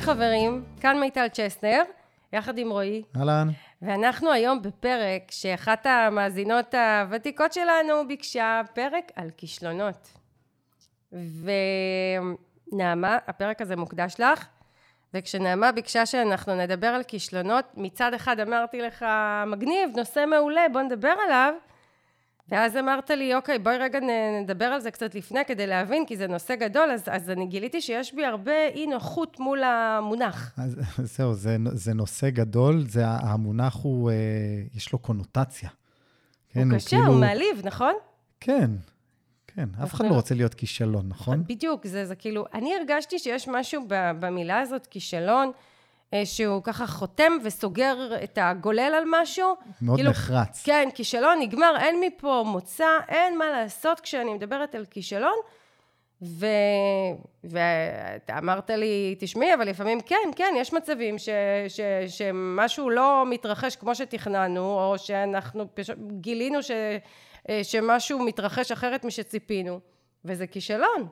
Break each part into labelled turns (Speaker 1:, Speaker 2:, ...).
Speaker 1: חברים, כאן מיטל צ'סנר, יחד עם רועי.
Speaker 2: אהלן.
Speaker 1: ואנחנו היום בפרק שאחת המאזינות הוותיקות שלנו ביקשה פרק על כישלונות. ונעמה, הפרק הזה מוקדש לך, וכשנעמה ביקשה שאנחנו נדבר על כישלונות, מצד אחד אמרתי לך, מגניב, נושא מעולה, בוא נדבר עליו, ואז אמרת לי, אוקיי, בואי רגע נדבר על זה קצת לפני כדי להבין, כי זה נושא גדול, אז אני גיליתי שיש בי הרבה אי נוחות מול המונח.
Speaker 2: אז זהו, זה נושא גדול, המונח הוא, יש לו קונוטציה.
Speaker 1: הוא קשה, הוא מעליב, נכון?
Speaker 2: כן, כן, אף אחד לא רוצה להיות כישלון, נכון?
Speaker 1: בדיוק, זה כאילו, אני הרגשתי שיש משהו במילה הזאת, כישלון, שהוא ככה חותם וסוגר את הגולל על משהו.
Speaker 2: מאוד כאילו, נחרץ.
Speaker 1: כן, כישלון נגמר, אין מפה מוצא, אין מה לעשות כשאני מדברת על כישלון. ואתה אמרת לי, תשמעי, אבל לפעמים כן, יש מצבים שמשהו לא מתרחש כמו שתכננו, או שאנחנו גילינו שמשהו מתרחש אחרת משציפינו, וזה כישלון.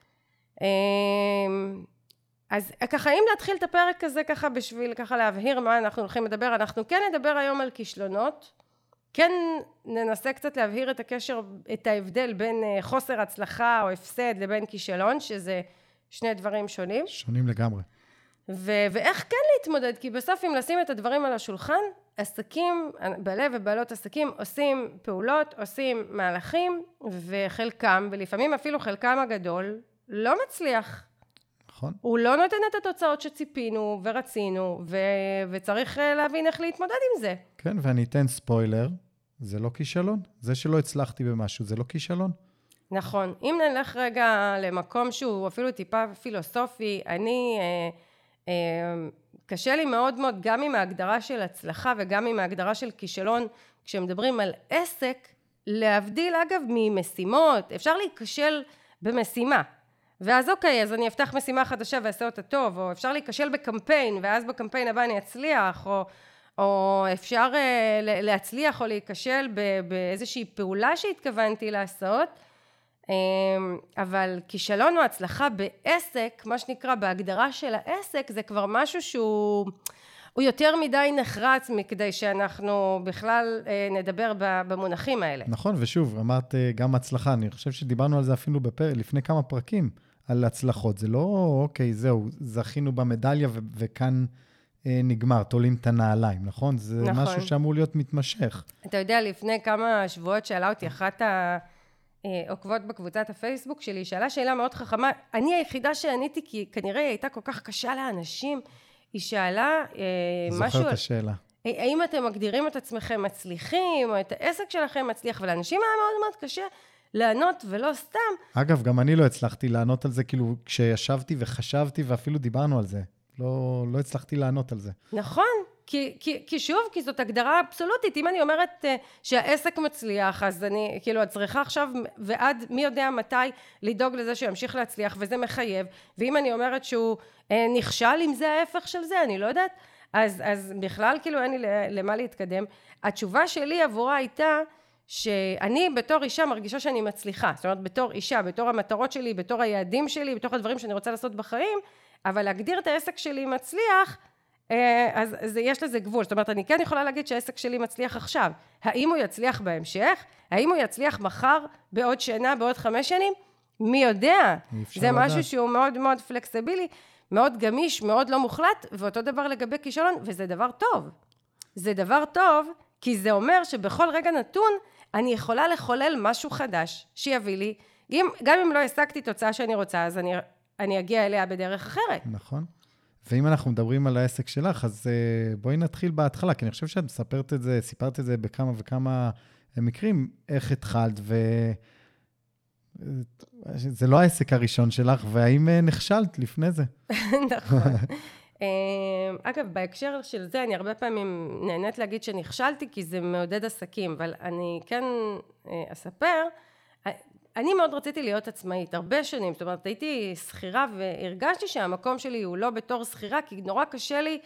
Speaker 1: אז ככה, אם להתחיל את הפרק הזה ככה בשביל ככה להבהיר מה אנחנו הולכים לדבר, אנחנו כן נדבר היום על כישלונות, כן ננסה קצת להבהיר את הקשר, את ההבדל בין חוסר הצלחה או הפסד לבין כישלון, שזה שני דברים שונים.
Speaker 2: שונים לגמרי.
Speaker 1: ואיך כן להתמודד, כי בסוף אם לשים את הדברים על השולחן, עסקים, בעלי ובעלות עסקים עושים פעולות, עושים מהלכים, וחלקם, ולפעמים אפילו חלקם הגדול, לא מצליח.
Speaker 2: נכון.
Speaker 1: הוא לא נותן את התוצאות שציפינו ורצינו, וצריך להבין איך להתמודד עם זה.
Speaker 2: כן, ואני אתן ספוילר, זה לא כישלון. זה שלא הצלחתי במשהו, זה לא כישלון.
Speaker 1: נכון. אם נלך רגע למקום שהוא אפילו טיפה פילוסופי, קשה לי מאוד מאוד, גם עם ההגדרה של הצלחה וגם עם ההגדרה של כישלון, כשמדברים על עסק, להבדיל אגב ממשימות, אפשר להיכשל במשימה. ואז אוקיי, אז אני אפתח משימה חדשה ואעשה אותה טוב, או אפשר להיכשל בקמפיין, ואז בקמפיין הבא אני אצליח, או אפשר להצליח או להיכשל באיזושהי פעולה שהתכוונתי לעשות, אבל כישלון או הצלחה בעסק, מה שנקרא בהגדרה של העסק, זה כבר משהו שהוא יותר מדי נחרץ מכדי שאנחנו בכלל נדבר במונחים האלה.
Speaker 2: נכון, ושוב, אמרת גם הצלחה, אני חושב שדיברנו על זה אפילו לפני כמה פרקים, על הצלחות. זה לא, אוקיי, זהו, זכינו במדליה וכאן נגמר, תולים את הנעליים, נכון? זה נכון. משהו שאמור להיות מתמשך.
Speaker 1: אתה יודע, לפני כמה שבועות שאלה אותי אחת העוקבות בקבוצת הפייסבוק שלי, שאלה שאלה מאוד חכמה, אני היחידה שעניתי, כי כנראה היא הייתה כל כך קשה לאנשים, היא שאלה משהו...
Speaker 2: זוכר את השאלה.
Speaker 1: האם אתם מגדירים את עצמכם מצליחים, או את העסק שלכם מצליח, ולאנשים היה מאוד מאוד קשה לענות ולא סתם.
Speaker 2: אגב, גם אני לא הצלחתי לענות על זה, כאילו כשישבתי וחשבתי ואפילו דיברנו על זה. לא הצלחתי לענות על זה.
Speaker 1: נכון, כי שוב, כי זאת הגדרה אבסולוטית. אם אני אומרת שהעסק מצליח, אז אני כאילו צריכה עכשיו ועד מי יודע מתי לדאוג לזה שימשיך להצליח, וזה מחייב. ואם אני אומרת שהוא נכשל, אם זה ההפך של זה, אני לא יודעת. אז בכלל כאילו אין לי למה להתקדם. התשובה שלי עבורה הייתה שאני בתור אישה מרגישה שאני מצליחה. זאת אומרת, בתור אישה, בתור המטרות שלי, בתור היעדים שלי, בתור הדברים שאני רוצה לעשות בחיים, אבל להגדיר את העסק שלי מצליח, אז יש לזה גבול. זאת אומרת, אני כן יכולה להגיד שהעסק שלי מצליח עכשיו. האם הוא יצליח בהמשך? האם הוא יצליח מחר, בעוד שנה, בעוד 5 שנים? מי יודע? זה משהו שהוא מאוד מאוד פלקסיבילי, מאוד גמיש, מאוד לא מוחלט, ואותו דבר לגבי כישלון, וזה דבר טוב. זה דבר טוב, כי זה אומר שבכל רגע נתון, אני יכולה לחולל משהו חדש, שיביא לי, גם אם לא השגתי תוצאה שאני רוצה, אז אני אגיע אליה בדרך אחרת.
Speaker 2: נכון. ואם אנחנו מדברים על העסק שלך, אז בואי נתחיל בהתחלה, כי אני חושב שאת סיפרת את זה בכמה וכמה מקרים, איך התחלת, זה לא העסק הראשון שלך, והאם נכשלת לפני זה?
Speaker 1: נכון. אגב, בהקשר של זה, אני הרבה פעמים נהנית להגיד שנכשלתי, כי זה מעודד עסקים, אבל אני כן אספר, אני מאוד רציתי להיות עצמאית, הרבה שנים, זאת אומרת, הייתי שכירה, והרגשתי שהמקום שלי הוא לא בתור שכירה, כי נורא קשה לי,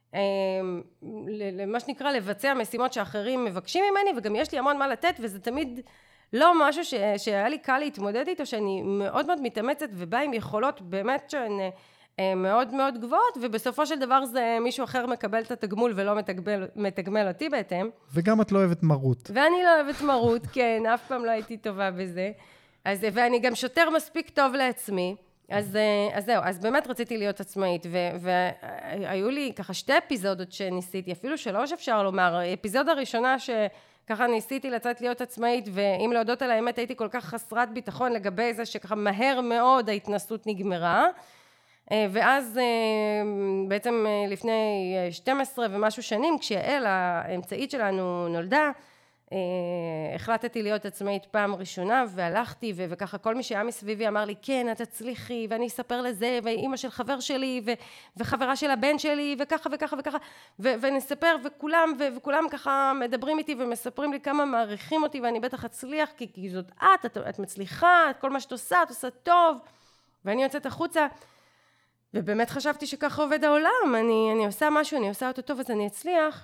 Speaker 1: למה שנקרא, לבצע משימות שאחרים מבקשים ממני, וגם יש לי המון מה לתת, וזה תמיד לא משהו שהיה לי קל להתמודד איתו, שאני מאוד מאוד מתאמצת, ובאה עם יכולות באמת שהן מאוד מאוד גבוהות, ובסופו של דבר זה מישהו אחר מקבל את התגמול ולא מתגמל אותי בהתאם.
Speaker 2: וגם את לא אוהבת מרות.
Speaker 1: ואני לא אוהבת מרות, כן, אף פעם לא הייתי טובה בזה. ואני גם שוטר מספיק טוב לעצמי. אז זהו, אז באמת רציתי להיות עצמאית, והיו לי ככה 2 אפיזודות שניסיתי, אפילו 3 אפשר לומר. אפיזודה הראשונה שככה ניסיתי לצאת להיות עצמאית, ואם להודות על האמת הייתי כל כך חסרת ביטחון לגבי זה שככה מהר מאוד ההתנסות נגמרה. ואז בעצם לפני 12 ומשהו שנים, כשיעל האמצעית שלנו נולדה, החלטתי להיות עצמאית פעם ראשונה, והלכתי, וככה כל מי שהיה מסביבי אמר לי, כן, את תצליחי, ואני אספר לזה, ואימא של חבר שלי, וחברה של הבן שלי, וככה וככה וככה, ונספר, וכולם ככה מדברים איתי, ומספרים לי כמה מעריכים אותי, ואני בטח אצליח, כי זאת את מצליחה, כל מה שאת עושה טוב, ואני יוצאת החוצה, ובאמת חשבתי שככה עובד העולם, אני עושה משהו, אני עושה אותו טוב, אז אני אצליח.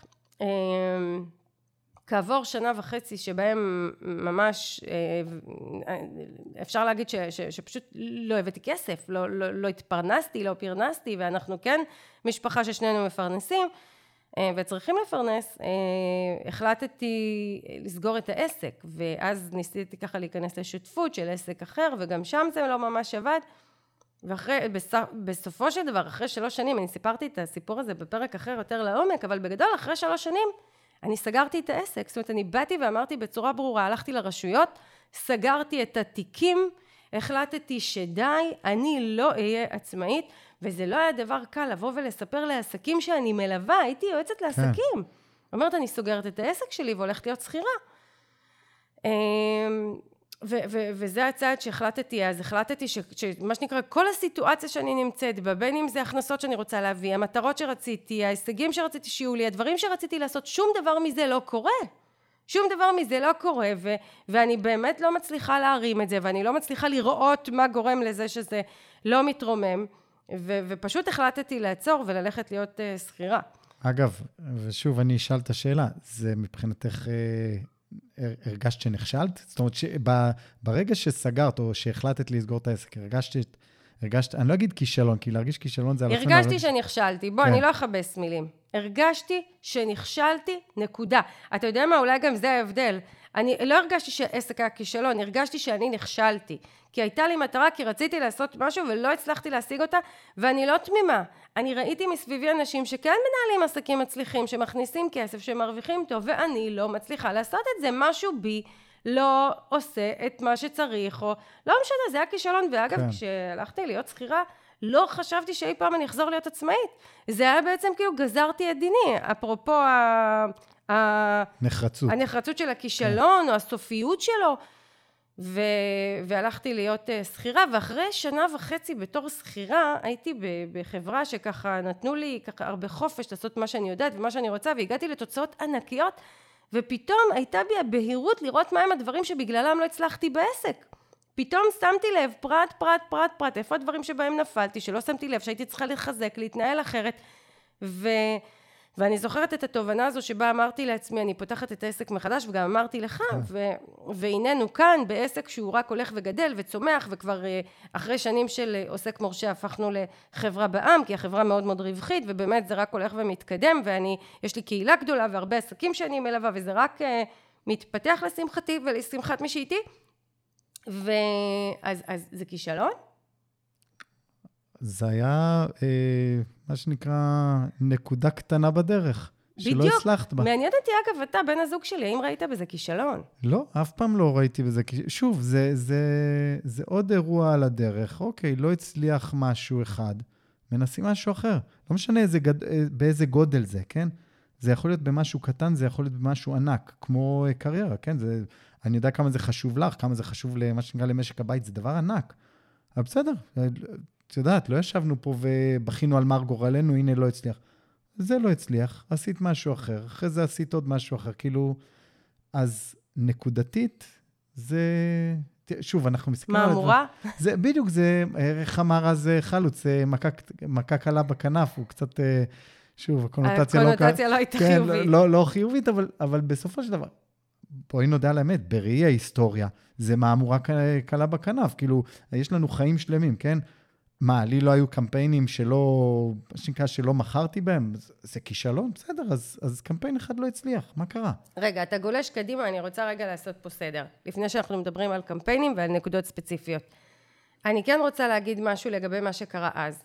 Speaker 1: כעבור 1.5 שנה שבהם ממש אפשר להגיד שפשוט לא הבאתי כסף, לא התפרנסתי, לא פרנסתי, ואנחנו כן משפחה ששנינו מפרנסים וצריכים לפרנס. החלטתי לסגור את העסק, ואז ניסיתי ככה להיכנס לשותפות של עסק אחר, וגם שם זה לא ממש עבד. בסופו של דבר, אחרי 3 שנים, אני סיפרתי את הסיפור הזה בפרק אחר יותר לעומק, אבל בגדול אחרי 3 שנים אני סגרתי את העסק. זאת אומרת, אני באתי ואמרתי בצורה ברורה, הלכתי לרשויות, סגרתי את התיקים, החלטתי שדי, אני לא אהיה עצמאית, וזה לא היה דבר קל לבוא ולספר לעסקים שאני מלווה, הייתי יועצת לעסקים. אומרת, אני סוגרת את העסק שלי והולכת להיות שכירה. וזה הצעד שהחלטתי, אז החלטתי שמה שנקרא, כל הסיטואציה שאני נמצאת בה, בין אם זה הכנסות שאני רוצה להביא, המטרות שרציתי, ההישגים שרציתי שיהיו לי, הדברים שרציתי לעשות, שום דבר מזה לא קורה. שום דבר מזה לא קורה, ואני באמת לא מצליחה להרים את זה, ואני לא מצליחה לראות מה גורם לזה שזה לא מתרומם, ופשוט החלטתי לעצור וללכת להיות שכירה.
Speaker 2: אגב, ושוב אני אשאל את השאלה, זה מבחינתך הרגשת שנכשלת? זאת אומרת, ברגע שסגרת או שהחלטת לסגור את העסק, הרגשת, אני לא אגיד כישלון, כי להרגיש כישלון זה על אופן...
Speaker 1: הרגשתי שנכשלתי, בוא, אני לא אחבש מילים. הרגשתי שנכשלתי, נקודה. אתה יודע מה? אולי גם זה ההבדל. אני לא הרגשתי שעסק היה כישלון, הרגשתי שאני נכשלתי. כי הייתה לי מטרה, כי רציתי לעשות משהו ולא הצלחתי להשיג אותה, ואני לא תמימה. אני ראיתי מסביבי אנשים שכן מנהלים עסקים מצליחים, שמכניסים כסף, שמרוויחים טוב, ואני לא מצליחה לעשות את זה. משהו בי לא עושה את מה שצריך, או לא משנה, זה היה כישלון. ואגב, כן. כשהלכתי להיות שכירה, לא חשבתי שאי פעם אני אחזור להיות עצמאית. זה היה בעצם כאילו גזרתי את דיני, אפרופו הנחרצות של הכישלון, או הסופיות שלו, והלכתי להיות שכירה, ואחרי 1.5 שנה בתור שכירה, הייתי בחברה שככה נתנו לי ככה הרבה חופש לעשות מה שאני יודעת ומה שאני רוצה, והגעתי לתוצאות ענקיות, ופתאום הייתה בי הבהירות לראות מהם הדברים שבגללם לא הצלחתי בעסק. פתאום שמתי לב פרט, איפה הדברים שבהם נפלתי, שלא שמתי לב, שהייתי צריכה לחזק, להתנהל אחרת, ואני זוכרת את התובנה הזו שבה אמרתי לעצמי, אני פותחת את העסק מחדש, וגם אמרתי לך, והננו כאן בעסק שהוא רק הולך וגדל וצומח, וכבר אחרי שנים של עוסק מורשה הפכנו לחברה בעם, כי החברה מאוד מאוד רווחית, ובאמת זה רק הולך ומתקדם, יש לי קהילה גדולה והרבה עסקים שאני מלווה, וזה רק מתפתח לשמחתי ולשמחת מי שאיתי, אז זה כישלון?
Speaker 2: זה היה, מה שנקרא, נקודה קטנה בדרך, שלא הצלחת בה.
Speaker 1: מעניין אותי, אגב, אתה, בן הזוג שלי, האם ראית בזה כישלון?
Speaker 2: לא, אף פעם לא ראיתי בזה כישלון. שוב, זה עוד אירוע על הדרך. אוקיי, לא הצליח משהו אחד, מנסים משהו אחר. לא משנה באיזה גודל זה, כן? זה יכול להיות במשהו קטן, זה יכול להיות במשהו ענק, כמו קריירה, כן? אני יודע כמה זה חשוב לך, כמה זה חשוב למה שנקרא למשק הבית, זה דבר ענק. אבל בסדר, את יודעת, לא ישבנו פה ובחינו על מר גורלנו, הנה לא הצליח. זה לא הצליח, עשית משהו אחר, אחרי זה עשית עוד משהו אחר, כאילו, אז נקודתית, זה, שוב, אנחנו מסתכלים על...
Speaker 1: מה אמורה?
Speaker 2: זה, בדיוק, זה, איך אמר אז חלוץ, זה מכה קלה בכנף, הוא קצת, שוב, הקונוטציה
Speaker 1: לא הייתה חיובית.
Speaker 2: לא חיובית, אבל בסופו של דבר, בואי נודע על האמת, בראי ההיסטוריה, זה מהמורה קלה בכנף, כאילו, יש לנו חיים שלמים, כן? מה, לי לא היו קמפיינים שלא מכרתי בהם? זה כישלון? בסדר, אז קמפיין אחד לא הצליח. מה קרה?
Speaker 1: רגע, אתה גולש קדימה, אני רוצה רגע לעשות פה סדר. לפני שאנחנו מדברים על קמפיינים ועל נקודות ספציפיות. אני כן רוצה להגיד משהו לגבי מה שקרה אז.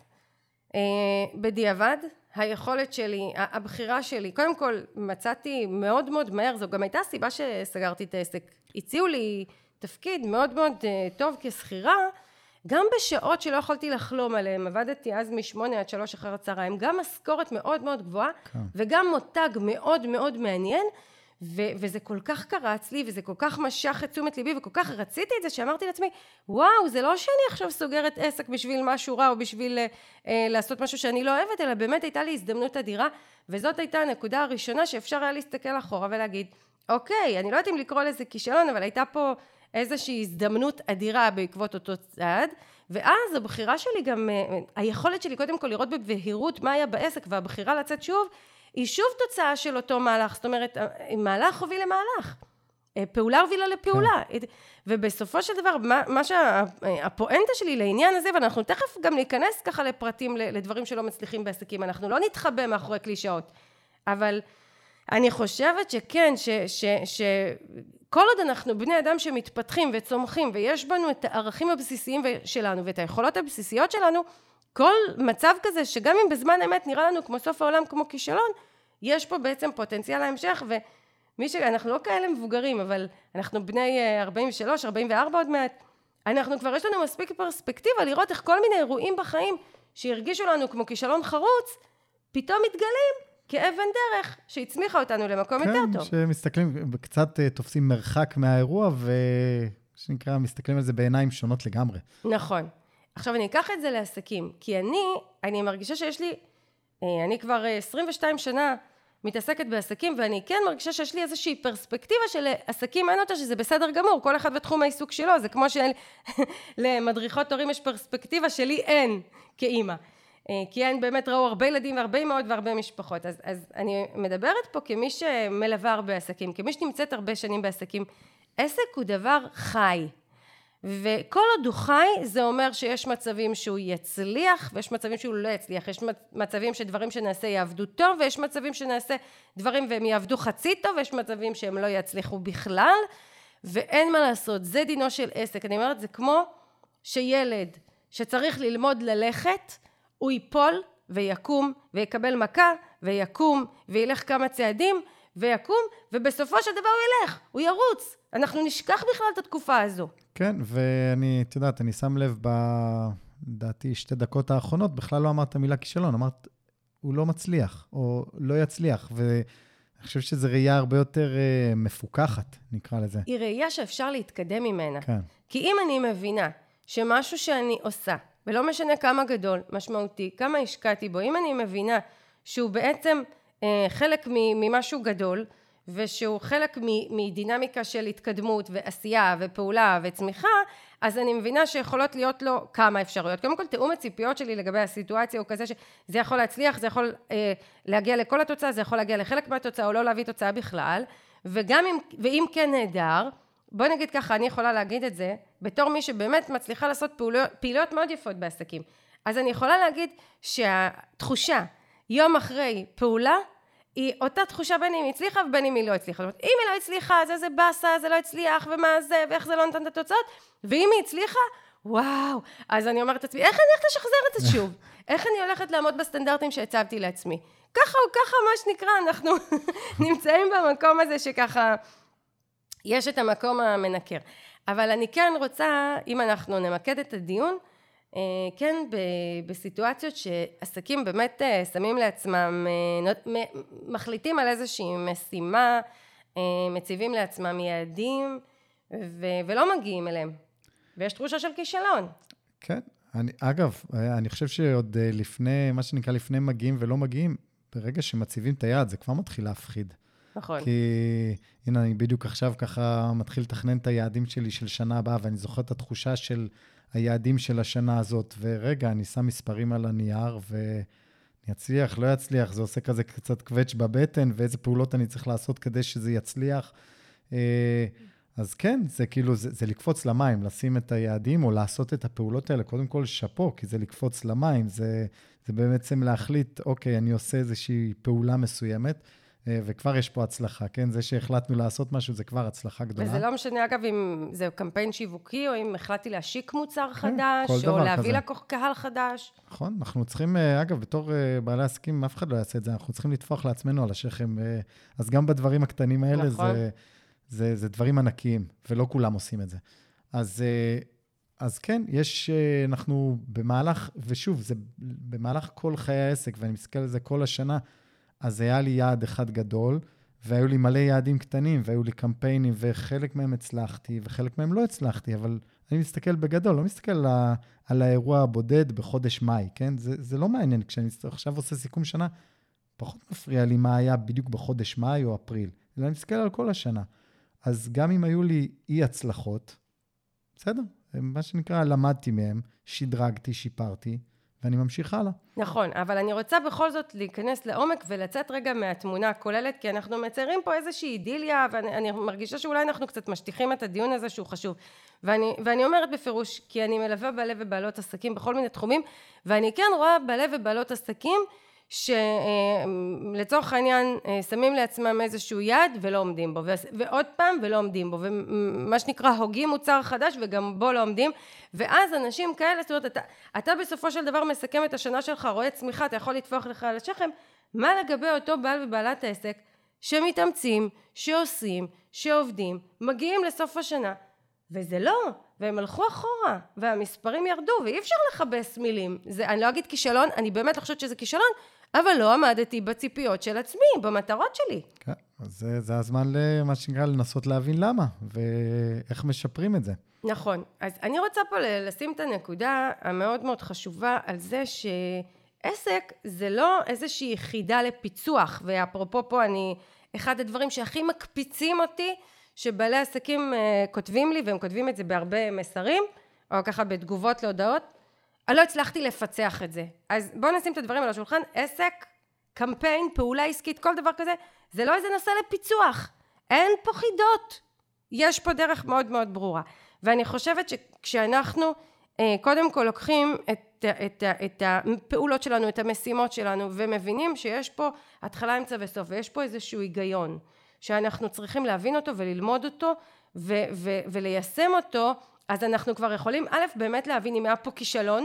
Speaker 1: בדיעבד, היכולת שלי, הבחירה שלי, קודם כל מצאתי מאוד מאוד מהר, זו גם הייתה הסיבה שסגרתי את העסק. הציעו לי תפקיד מאוד מאוד טוב כשכירה, גם בשעות שלא יכולתי לחלום עליהם, עבדתי אז מ8 עד 3 אחר הצהריים, גם משכורת מאוד מאוד גבוהה, וגם מותג מאוד מאוד מעניין, וזה כל כך קרץ לי, וזה כל כך משך את תשומת ליבי, וכל כך רציתי את זה, שאמרתי לעצמי, וואו, זה לא שאני עכשיו סוגרת עסק בשביל משהו רע, או בשביל לעשות משהו שאני לא אוהבת, אלא באמת הייתה לי הזדמנות אדירה, וזאת הייתה הנקודה הראשונה שאפשר היה להסתכל אחורה ולהגיד, אוקיי, אני לא יודעת אם לקרוא לזה כישלון, אבל הייתה פה איזושהי הזדמנות אדירה בעקבות אותו צעד, ואז הבחירה שלי גם, היכולת שלי קודם כל לראות בבהירות מה היה בעסק, והבחירה לצאת שוב, היא שוב תוצאה של אותו מהלך, זאת אומרת, מהלך הוביל למהלך, פעולה הובילה לפעולה, ובסופו של דבר, מה שהפואנטה שלי לעניין הזה, ואנחנו תכף גם ניכנס ככה לפרטים, לדברים שלא מצליחים בעסקים, אנחנו לא נתחבא מאחורי קלישאות, אבל אני חושבת שכן, שכל עוד אנחנו בני אדם שמתפתחים וצומחים, ויש בנו את הערכים הבסיסיים שלנו, ואת היכולות הבסיסיות שלנו, כל מצב כזה, שגם אם בזמן אמת נראה לנו כמו סוף העולם, כמו כישלון, יש פה בעצם פוטנציאל להמשך, אנחנו לא כאלה מבוגרים, אבל אנחנו בני 43, 44 עוד מעט, כבר יש לנו מספיק פרספקטיבה, לראות איך כל מיני אירועים בחיים, שהרגישו לנו כמו כישלון חרוץ, פתאום מתגלים כאבן דרך, שהצמיחה אותנו למקום יותר טוב.
Speaker 2: כן, שמסתכלים, קצת תופסים מרחק מהאירוע, ושנקרא, מסתכלים על זה בעיניים שונות לגמרי.
Speaker 1: נכון. עכשיו אני אקח את זה לעסקים, כי אני מרגישה שיש לי, אני כבר 22 שנה מתעסקת בעסקים, ואני כן מרגישה שיש לי איזושהי פרספקטיבה של עסקים, אין אותה שזה בסדר גמור, כל אחד בתחום העיסוק שלו, זה כמו שלמדריכות הורים יש פרספקטיבה שלי אין כאימא, כי הן באמת ראו הרבה ילדים והרבה מאוד והרבה משפחות, אז אני מדברת פה כמי שמלווה הרבה עסקים, כמי שנמצאת הרבה שנים בעסקים, עסק הוא דבר חי, וכל עוד הוא חי, זה אומר שיש מצבים שהוא יצליח, ויש מצבים שהוא לא יצליח, יש מצבים שדברים שנעשה יעבדו טוב, ויש מצבים שנעשה דברים והם יעבדו חצי טוב, ויש מצבים שהם לא יצליחו בכלל, ואין מה לעשות, זה דינו של עסק. אני אומרת, זה כמו שילד שצריך ללמוד ללכת, הוא ייפול ויקום, ויקבל מכה, ויקום, וילך כמה צעדים, ויקום, ובסופו של דבר הוא ילך, הוא ירוץ. אנחנו נשכח בכלל את התקופה הזו.
Speaker 2: כן, ואני, את יודעת, אני שם לב בדעתי 2 דקות האחרונות, בכלל לא אמרת מילה כישלון, אמרת, הוא לא מצליח, או לא יצליח, ואני חושב שזו ראייה הרבה יותר מפוקחת, נקרא לזה.
Speaker 1: היא ראייה שאפשר להתקדם ממנה.
Speaker 2: כן.
Speaker 1: כי אם אני מבינה שמשהו שאני עושה, ולא משנה כמה גדול, משמעותי, כמה השקעתי בו, אם אני מבינה שהוא בעצם חלק ממשהו גדול, ושהוא חלק מדינמיקה של התקדמות ועשייה ופעולה וצמיחה, אז אני מבינה שיכולות להיות לו כמה אפשרויות. קודם כל, תאום הציפיות שלי לגבי הסיטואציה הוא כזה שזה יכול להצליח, זה יכול להגיע לכל התוצאה, זה יכול להגיע לחלק מהתוצאה או לא להביא תוצאה בכלל, ואם כן נהדר, בוא נגיד ככה, אני יכולה להגיד את זה, בתור מי שבאמת מצליחה לעשות פעילויות מאוד יפות בעסקים. אז אני יכולה להגיד שהתחושה יום אחרי פעולה, היא אותה תחושה בין אם היא הצליחה ובין אם היא לא הצליחה. זאת אומרת, אם היא לא הצליחה, אז איזה בסה, זה לא הצליח, ומה זה, ואיך זה לא נתן את התוצאות, ואם היא הצליחה, וואו, אז אני אומרת לעצמי, איך אני הולכת לשחזר את זה שוב? איך אני הולכת לעמוד בסטנדרטים שהצבתי לעצמי? ככה או ככה, מה שנקרא, אנחנו נמצאים במקום הזה שככה, יש את המקום המנקר. אבל אני כן רוצה, אם אנחנו נמקד את הדיון, כן, בסיטואציות שעסקים באמת שמים לעצמם, מחליטים על איזושהי משימה, מציבים לעצמם יעדים, ולא מגיעים אליהם. ויש תחושה של כישלון.
Speaker 2: כן, אגב, אני חושב שעוד לפני, מה שנקרא לפני מגיעים ולא מגיעים, ברגע שמציבים את היעד, זה כבר מתחיל להפחיד.
Speaker 1: נכון.
Speaker 2: כי הנה, אני בדיוק עכשיו ככה מתחיל לתכנן את היעדים שלי של שנה הבאה, ואני זוכר את התחושה של היעדים של השנה הזאת, ורגע, אני שם מספרים על הנייר, ואני אצליח, לא יצליח, זה עושה כזה קצת קווץ' בבטן, ואיזה פעולות אני צריך לעשות כדי שזה יצליח. אז כן, זה כאילו, זה לקפוץ למים, לשים את היעדים או לעשות את הפעולות האלה, קודם כל שפו, כי זה לקפוץ למים, זה בעצם להחליט, אוקיי, אני עושה איזושהי פעולה מסוימת, וכבר יש פה הצלחה, כן? זה שהחלטנו לעשות משהו, זה כבר הצלחה גדולה.
Speaker 1: וזה לא משנה, אגב, אם זה קמפיין שיווקי, או אם החלטתי להשיק מוצר חדש, או להביא לקהל חדש.
Speaker 2: נכון, אנחנו צריכים, אגב, בתור בעלי עסקים, אף אחד לא יעשה את זה, אנחנו צריכים לטפוח לעצמנו על השכם, אז גם בדברים הקטנים האלה, זה דברים ענקיים, ולא כולם עושים את זה. אז כן, אנחנו במהלך, ושוב, זה במהלך כל חיי העסק, ואני מסתכל על זה כל השנה, אז היה לי יעד אחד גדול, והיו לי מלא יעדים קטנים, והיו לי קמפיינים, וחלק מהם הצלחתי, וחלק מהם לא הצלחתי, אבל אני מסתכל בגדול, לא מסתכל על האירוע הבודד בחודש מאי, כן? זה לא מעניין, כשאני עכשיו עושה סיכום שנה, פחות מפריע לי מה היה בדיוק בחודש מאי או אפריל, אלא אני מסתכל על כל השנה. אז גם אם היו לי אי הצלחות, בסדר, מה שנקרא, למדתי מהם, שדרגתי, שיפרתי, ואני ממשיך הלאה.
Speaker 1: נכון, אבל אני רוצה בכל זאת להיכנס לעומק ולצאת רגע מהתמונה הכוללת, כי אנחנו מציירים פה איזושהי אידיליה, ואני מרגישה שאולי אנחנו קצת משטיחים את הדיון הזה שהוא חשוב. ואני אומרת בפירוש, כי אני מלווה בעלי ובעלות עסקים בכל מיני תחומים, ואני כן רואה בעלי ובעלות עסקים, שלצורך העניין שמים לעצמם איזשהו יעד ולא עומדים בו, ועוד פעם ולא עומדים בו, ומה שנקרא הוגים מוצר חדש וגם בו לא עומדים, ואז אנשים כאלה, זאת אומרת, אתה בסופו של דבר מסכם את השנה שלך, רואה צמיחה, אתה יכול לתפוח לך על השכם, מה לגבי אותו בעל ובעלת העסק, שמתאמצים, שעושים, שעובדים, מגיעים לסוף השנה, וזה לא, והם הלכו אחורה, והמספרים ירדו, ואי אפשר לחבס מילים, אני לא אגיד כישלון, אני באמת לא חושבת שזה כישלון, אבל לא עמדתי בציפיות של עצמי, במטרות שלי.
Speaker 2: כן, אז זה הזמן למה שנקרא לנסות להבין למה, ואיך משפרים את זה.
Speaker 1: נכון, אז אני רוצה פה לשים את הנקודה המאוד מאוד חשובה, על זה שעסק זה לא איזושהי יחידה לפיצוח, ואפרופו פה אחד הדברים שהכי מקפיצים אותי, שבעלי עסקים כותבים לי, והם כותבים את זה בהרבה מסרים, או ככה בתגובות להודעות, אני לא הצלחתי לפצח את זה. אז בואו נשים את הדברים על השולחן. עסק, קמפיין, פעולה עסקית, כל דבר כזה, זה לא איזה נושא לפיצוח. אין פה חידות. יש פה דרך מאוד ברורה. ואני חושבת שכשאנחנו קודם כל לוקחים את הפעולות שלנו, את המשימות שלנו, ומבינים שיש פה התחלה, אמצע וסוף, ויש פה איזשהו היגיון, שאנחנו צריכים להבין אותו וללמוד אותו, וליישם אותו, אז אנחנו כבר יכולים, באמת להבין אם היה פה כישלון,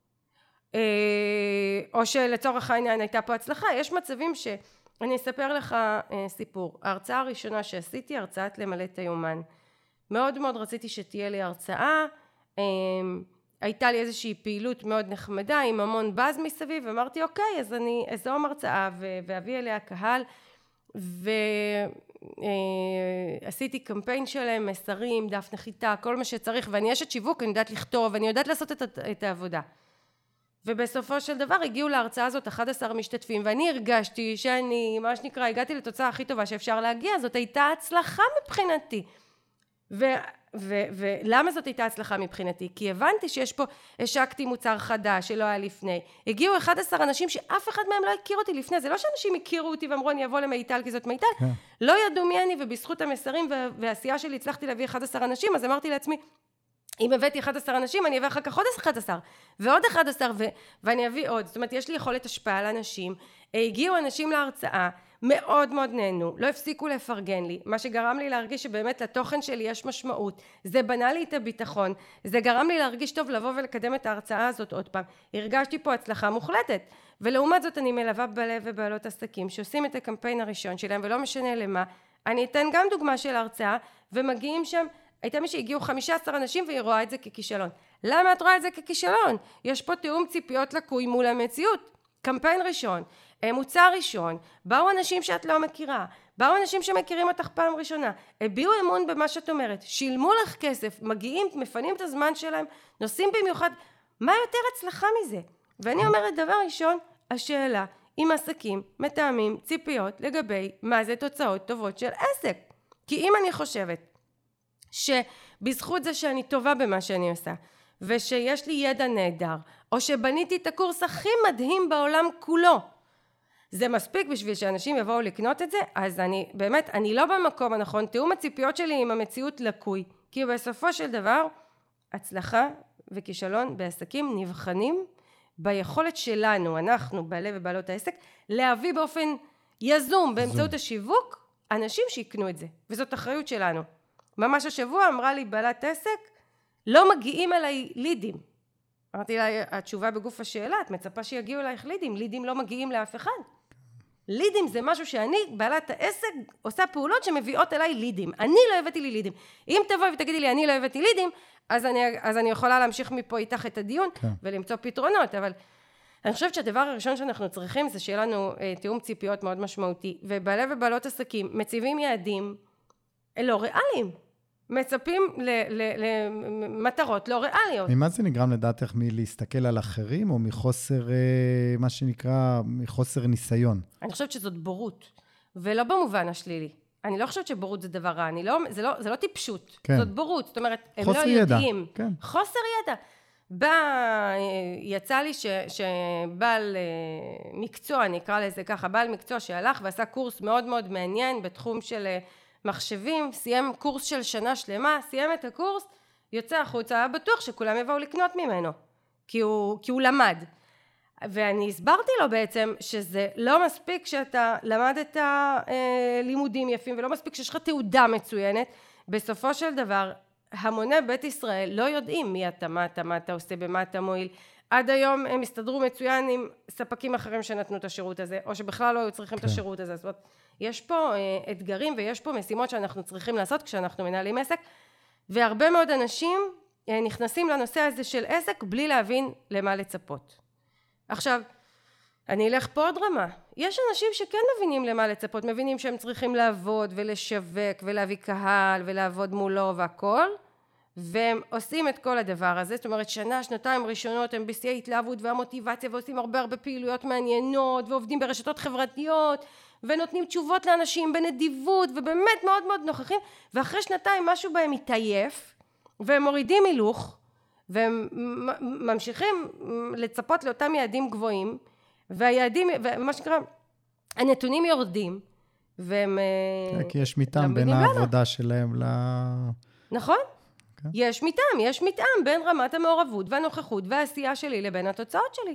Speaker 1: או שלצורך העניין הייתה פה הצלחה. יש מצבים אני אספר לך סיפור. ההרצאה הראשונה שעשיתי, הרצאת למלא את היומן. מאוד רציתי שתהיה לי הרצאה, הייתה לי איזושהי פעילות מאוד נחמדה, עם המון באז מסביב, ואמרתי, אוקיי, אז אני אזום הרצאה, ואביא אליה קהל, עשיתי קמפיין שלהם, מסרים, דף נחיתה, כל מה שצריך, ואני אשת שיווק, אני יודעת לכתוב, אני יודעת לעשות את העבודה. ובסופו של דבר הגיעו להרצאה הזאת 11 משתתפים, ואני הרגשתי שאני, מה שנקרא, הגעתי לתוצאה הכי טובה שאפשר להגיע, זאת הייתה הצלחה מבחינתי. ולמה זאת הייתה הצלחה מבחינתי? כי הבנתי שיש פה, השקתי מוצר חדש שלא היה לפני. הגיעו 11 אנשים שאף אחד מהם לא הכיר אותי לפני. זה לא שאנשים הכירו אותי ואמרו אני אבוא למיטל כי זאת מיטל. לא ידעו מי אני, ובזכות המסרים והעשייה שלי הצלחתי להביא 11 אנשים, אז אמרתי לעצמי, אם הבאתי 11 אנשים, אני אביא אחר כך עוד 11, ועוד 11, ואני אביא עוד. זאת אומרת, יש לי יכולת השפעה על אנשים. הגיעו אנשים להרצאה, מאוד נהנו, לא הפסיקו לפרגן לי, מה שגרם לי להרגיש שבאמת לתוכן שלי יש משמעות, זה בנה לי את הביטחון, זה גרם לי להרגיש טוב לבוא ולקדם את ההרצאה הזאת עוד פעם, הרגשתי פה הצלחה מוחלטת, ולעומת זאת אני מלווה בעלי ובעלות עסקים שעושים את הקמפיין הראשון שלהם, ולא משנה למה, אני אתן גם דוגמה של הרצאה, ומגיעים שם, הייתה מי שהגיעו 15 אנשים והיא רואה את זה ככישלון. למה את רואה את זה ככישלון? יש פה תיאום ציפיות לקוי מול המציאות, קמפיין ראשון, מוצר ראשון, באו אנשים שאת לא מכירה, באו אנשים שמכירים אותך פעם ראשונה, הביעו אמון במה שאת אומרת, שילמו לך כסף, מגיעים, מפנים את הזמן שלהם, נוסעים במיוחד, מה יותר הצלחה מזה? ואני אומרת דבר ראשון, השאלה, אם עסקים מתאמים ציפיות לגבי מה זה תוצאות טובות של עסק. כי אם אני חושבת שבזכות זה שאני טובה במה שאני עושה, ושיש לי ידע נהדר, או שבניתי את הקורס הכי מדהים בעולם כולו, זה מספיק בשביל שאנשים יבואו לקנות את זה, אז אני לא במקום הנכון, תיאום הציפיות שלי עם המציאות לקוי, כי בסופו של דבר, הצלחה וכישלון בעסקים נבחנים ביכולת שלנו, אנחנו, בעלי ובעלות העסק, להביא באופן יזום באמצעות השיווק, אנשים שיקנו את זה, וזאת אחריות שלנו. ממש השבוע אמרה לי בעלת עסק, לא מגיעים אליי לידים. אמרתי לה, התשובה בגוף השאלה, את מצפה שיגיעו אלייך לידים, לידים לא מגיעים לאף אחד. לידים זה משהו שאני, בעלת העסק, עושה פעולות שמביאות אליי לידים. אני לא הבאתי לי לידים. אם תבואי ותגידי לי, אני לא הבאתי לידים, אז אני יכולה להמשיך מפה איתך את הדיון, ולמצוא פתרונות, אבל אני חושבת שהדבר הראשון שאנחנו צריכים, זה שיהיה לנו תיאום ציפיות מאוד משמעותי, ובעלי ובעלות עסקים מציבים יעדים לא ריאליים, מצפים למטרות לא ריאליות.
Speaker 2: ממה זה נגרם לדעתך, מלהסתכל על אחרים, או מחוסר, מה שנקרא, מחוסר ניסיון?
Speaker 1: אני חושבת שזאת בורות, ולא במובן השלילי. אני לא חושבת שבורות זה דבר רע, זה לא טיפשות, כן. זאת בורות, זאת אומרת, הם לא יודעים. כן. חוסר ידע. יצא לי שבעל מקצוע, אני אקרא לזה ככה, בעל מקצוע שהלך ועשה קורס מאוד מאוד מעניין בתחום של מחשבים, סיים קורס של שנה שלמה, סיים את הקורס, יוצא החוצה, היה בטוח שכולם יבואו לקנות ממנו, כי הוא למד. ואני הסברתי לו בעצם שזה לא מספיק שאתה למדת לימודים יפים, ולא מספיק שיש לך תעודה מצוינת, בסופו של דבר, המוני בית ישראל לא יודעים מי אתה, מה אתה עושה, במה אתה מועיל. עד היום הם הסתדרו מצוין עם ספקים אחרים שנתנו את השירות הזה, או שבכלל לא היו צריכים את השירות הזה. זאת אומרת, יש פה אתגרים ויש פה משימות שאנחנו צריכים לעשות כשאנחנו מנהלים עסק, והרבה מאוד אנשים נכנסים לנושא הזה של עסק בלי להבין למה לצפות. עכשיו, אני אלך פה עוד רמה. יש אנשים שכן מבינים למה לצפות, מבינים שהם צריכים לעבוד ולשווק ולהביא קהל ולעבוד מולו והכל, והם עושים את כל הדבר הזה, זאת אומרת שנה, שנתיים ראשונות הם בשיא ההתלהבות והמוטיבציה ועושים הרבה פעילויות מעניינות ועובדים ברשתות חברתיות ונותנים תשובות לאנשים בנדיבות ובאמת מאוד מאוד נוכחים, ואחרי שנתיים משהו בהם מתעייף והם מורידים הילוך והם ממשיכים לצפות לאותם יעדים גבוהים, והיעדים, ומה שקרה, הנתונים יורדים, והם
Speaker 2: כי יש מתאם בין העבודה שלהם
Speaker 1: נכון? יש מתאם בין רמת המעורבות והנוכחות והעשייה שלי לבין התוצאות שלי.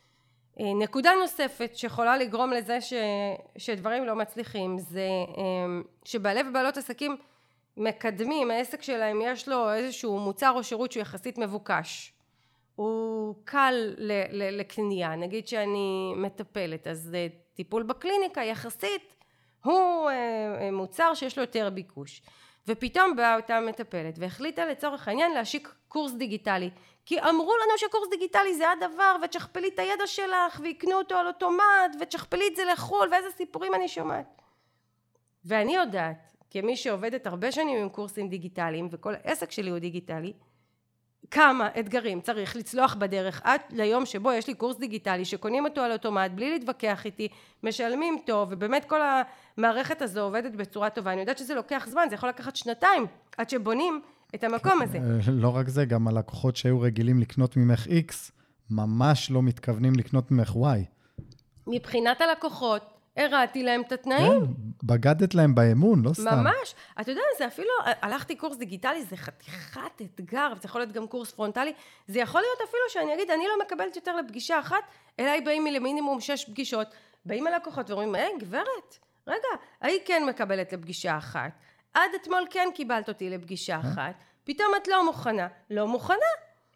Speaker 1: נקודה נוספת שיכולה לגרום לזה שדברים לא מצליחים, זה שבעלי ובעלות עסקים מקדמים, העסק שלהם יש לו איזשהו מוצר או שירות שהוא יחסית מבוקש. הוא קל לקנייה, נגיד שאני מטפלת, אז טיפול בקליניקה יחסית הוא מוצר שיש לו יותר ביקוש. ופתאום באה אותה מטפלת והחליטה לצורך העניין להשיק קורס דיגיטלי, כי אמרו לנו שקורס דיגיטלי זה הדבר, ותשכפלי את הידע שלך ויקנו אותו על אוטומט, ותשכפלי את זה לחול, ואיזה סיפורים אני שומעת. ואני יודעת, כמי שעובדת הרבה שנים עם קורסים דיגיטליים, וכל העסק שלי הוא דיגיטלי, כמה אתגרים צריך לצלוח בדרך עד ליום שבו יש לי קורס דיגיטלי שקונים אותו על אוטומט בלי להתווכח איתי, משלמים טוב, ובאמת כל המערכת הזו עובדת בצורה טובה. אני יודעת שזה לוקח זמן, זה יכול לקחת שנתיים עד שבונים את המקום הזה.
Speaker 2: לא רק זה, גם הלקוחות שהיו רגילים לקנות ממך X, ממש לא מתכוונים לקנות ממך Y.
Speaker 1: מבחינת הלקוחות, הראתי להם את התנאים.
Speaker 2: כן, בגדת להם באמון, לא סתם.
Speaker 1: ממש. אתה יודע, זה אפילו, הלכתי קורס דיגיטלי, זה חתיכת אתגר, וזה יכול להיות גם קורס פרונטלי. זה יכול להיות אפילו שאני אגיד, אני לא מקבלת יותר לפגישה אחת, אליי באים למינימום 6 פגישות, באים הלקוחות ואומרים, גברת, רגע, היא כן מקבלת לפגישה אחת, עד אתמול כן קיבלת אותי לפגישה אחת, פתאום את לא מוכנה. לא מוכנה.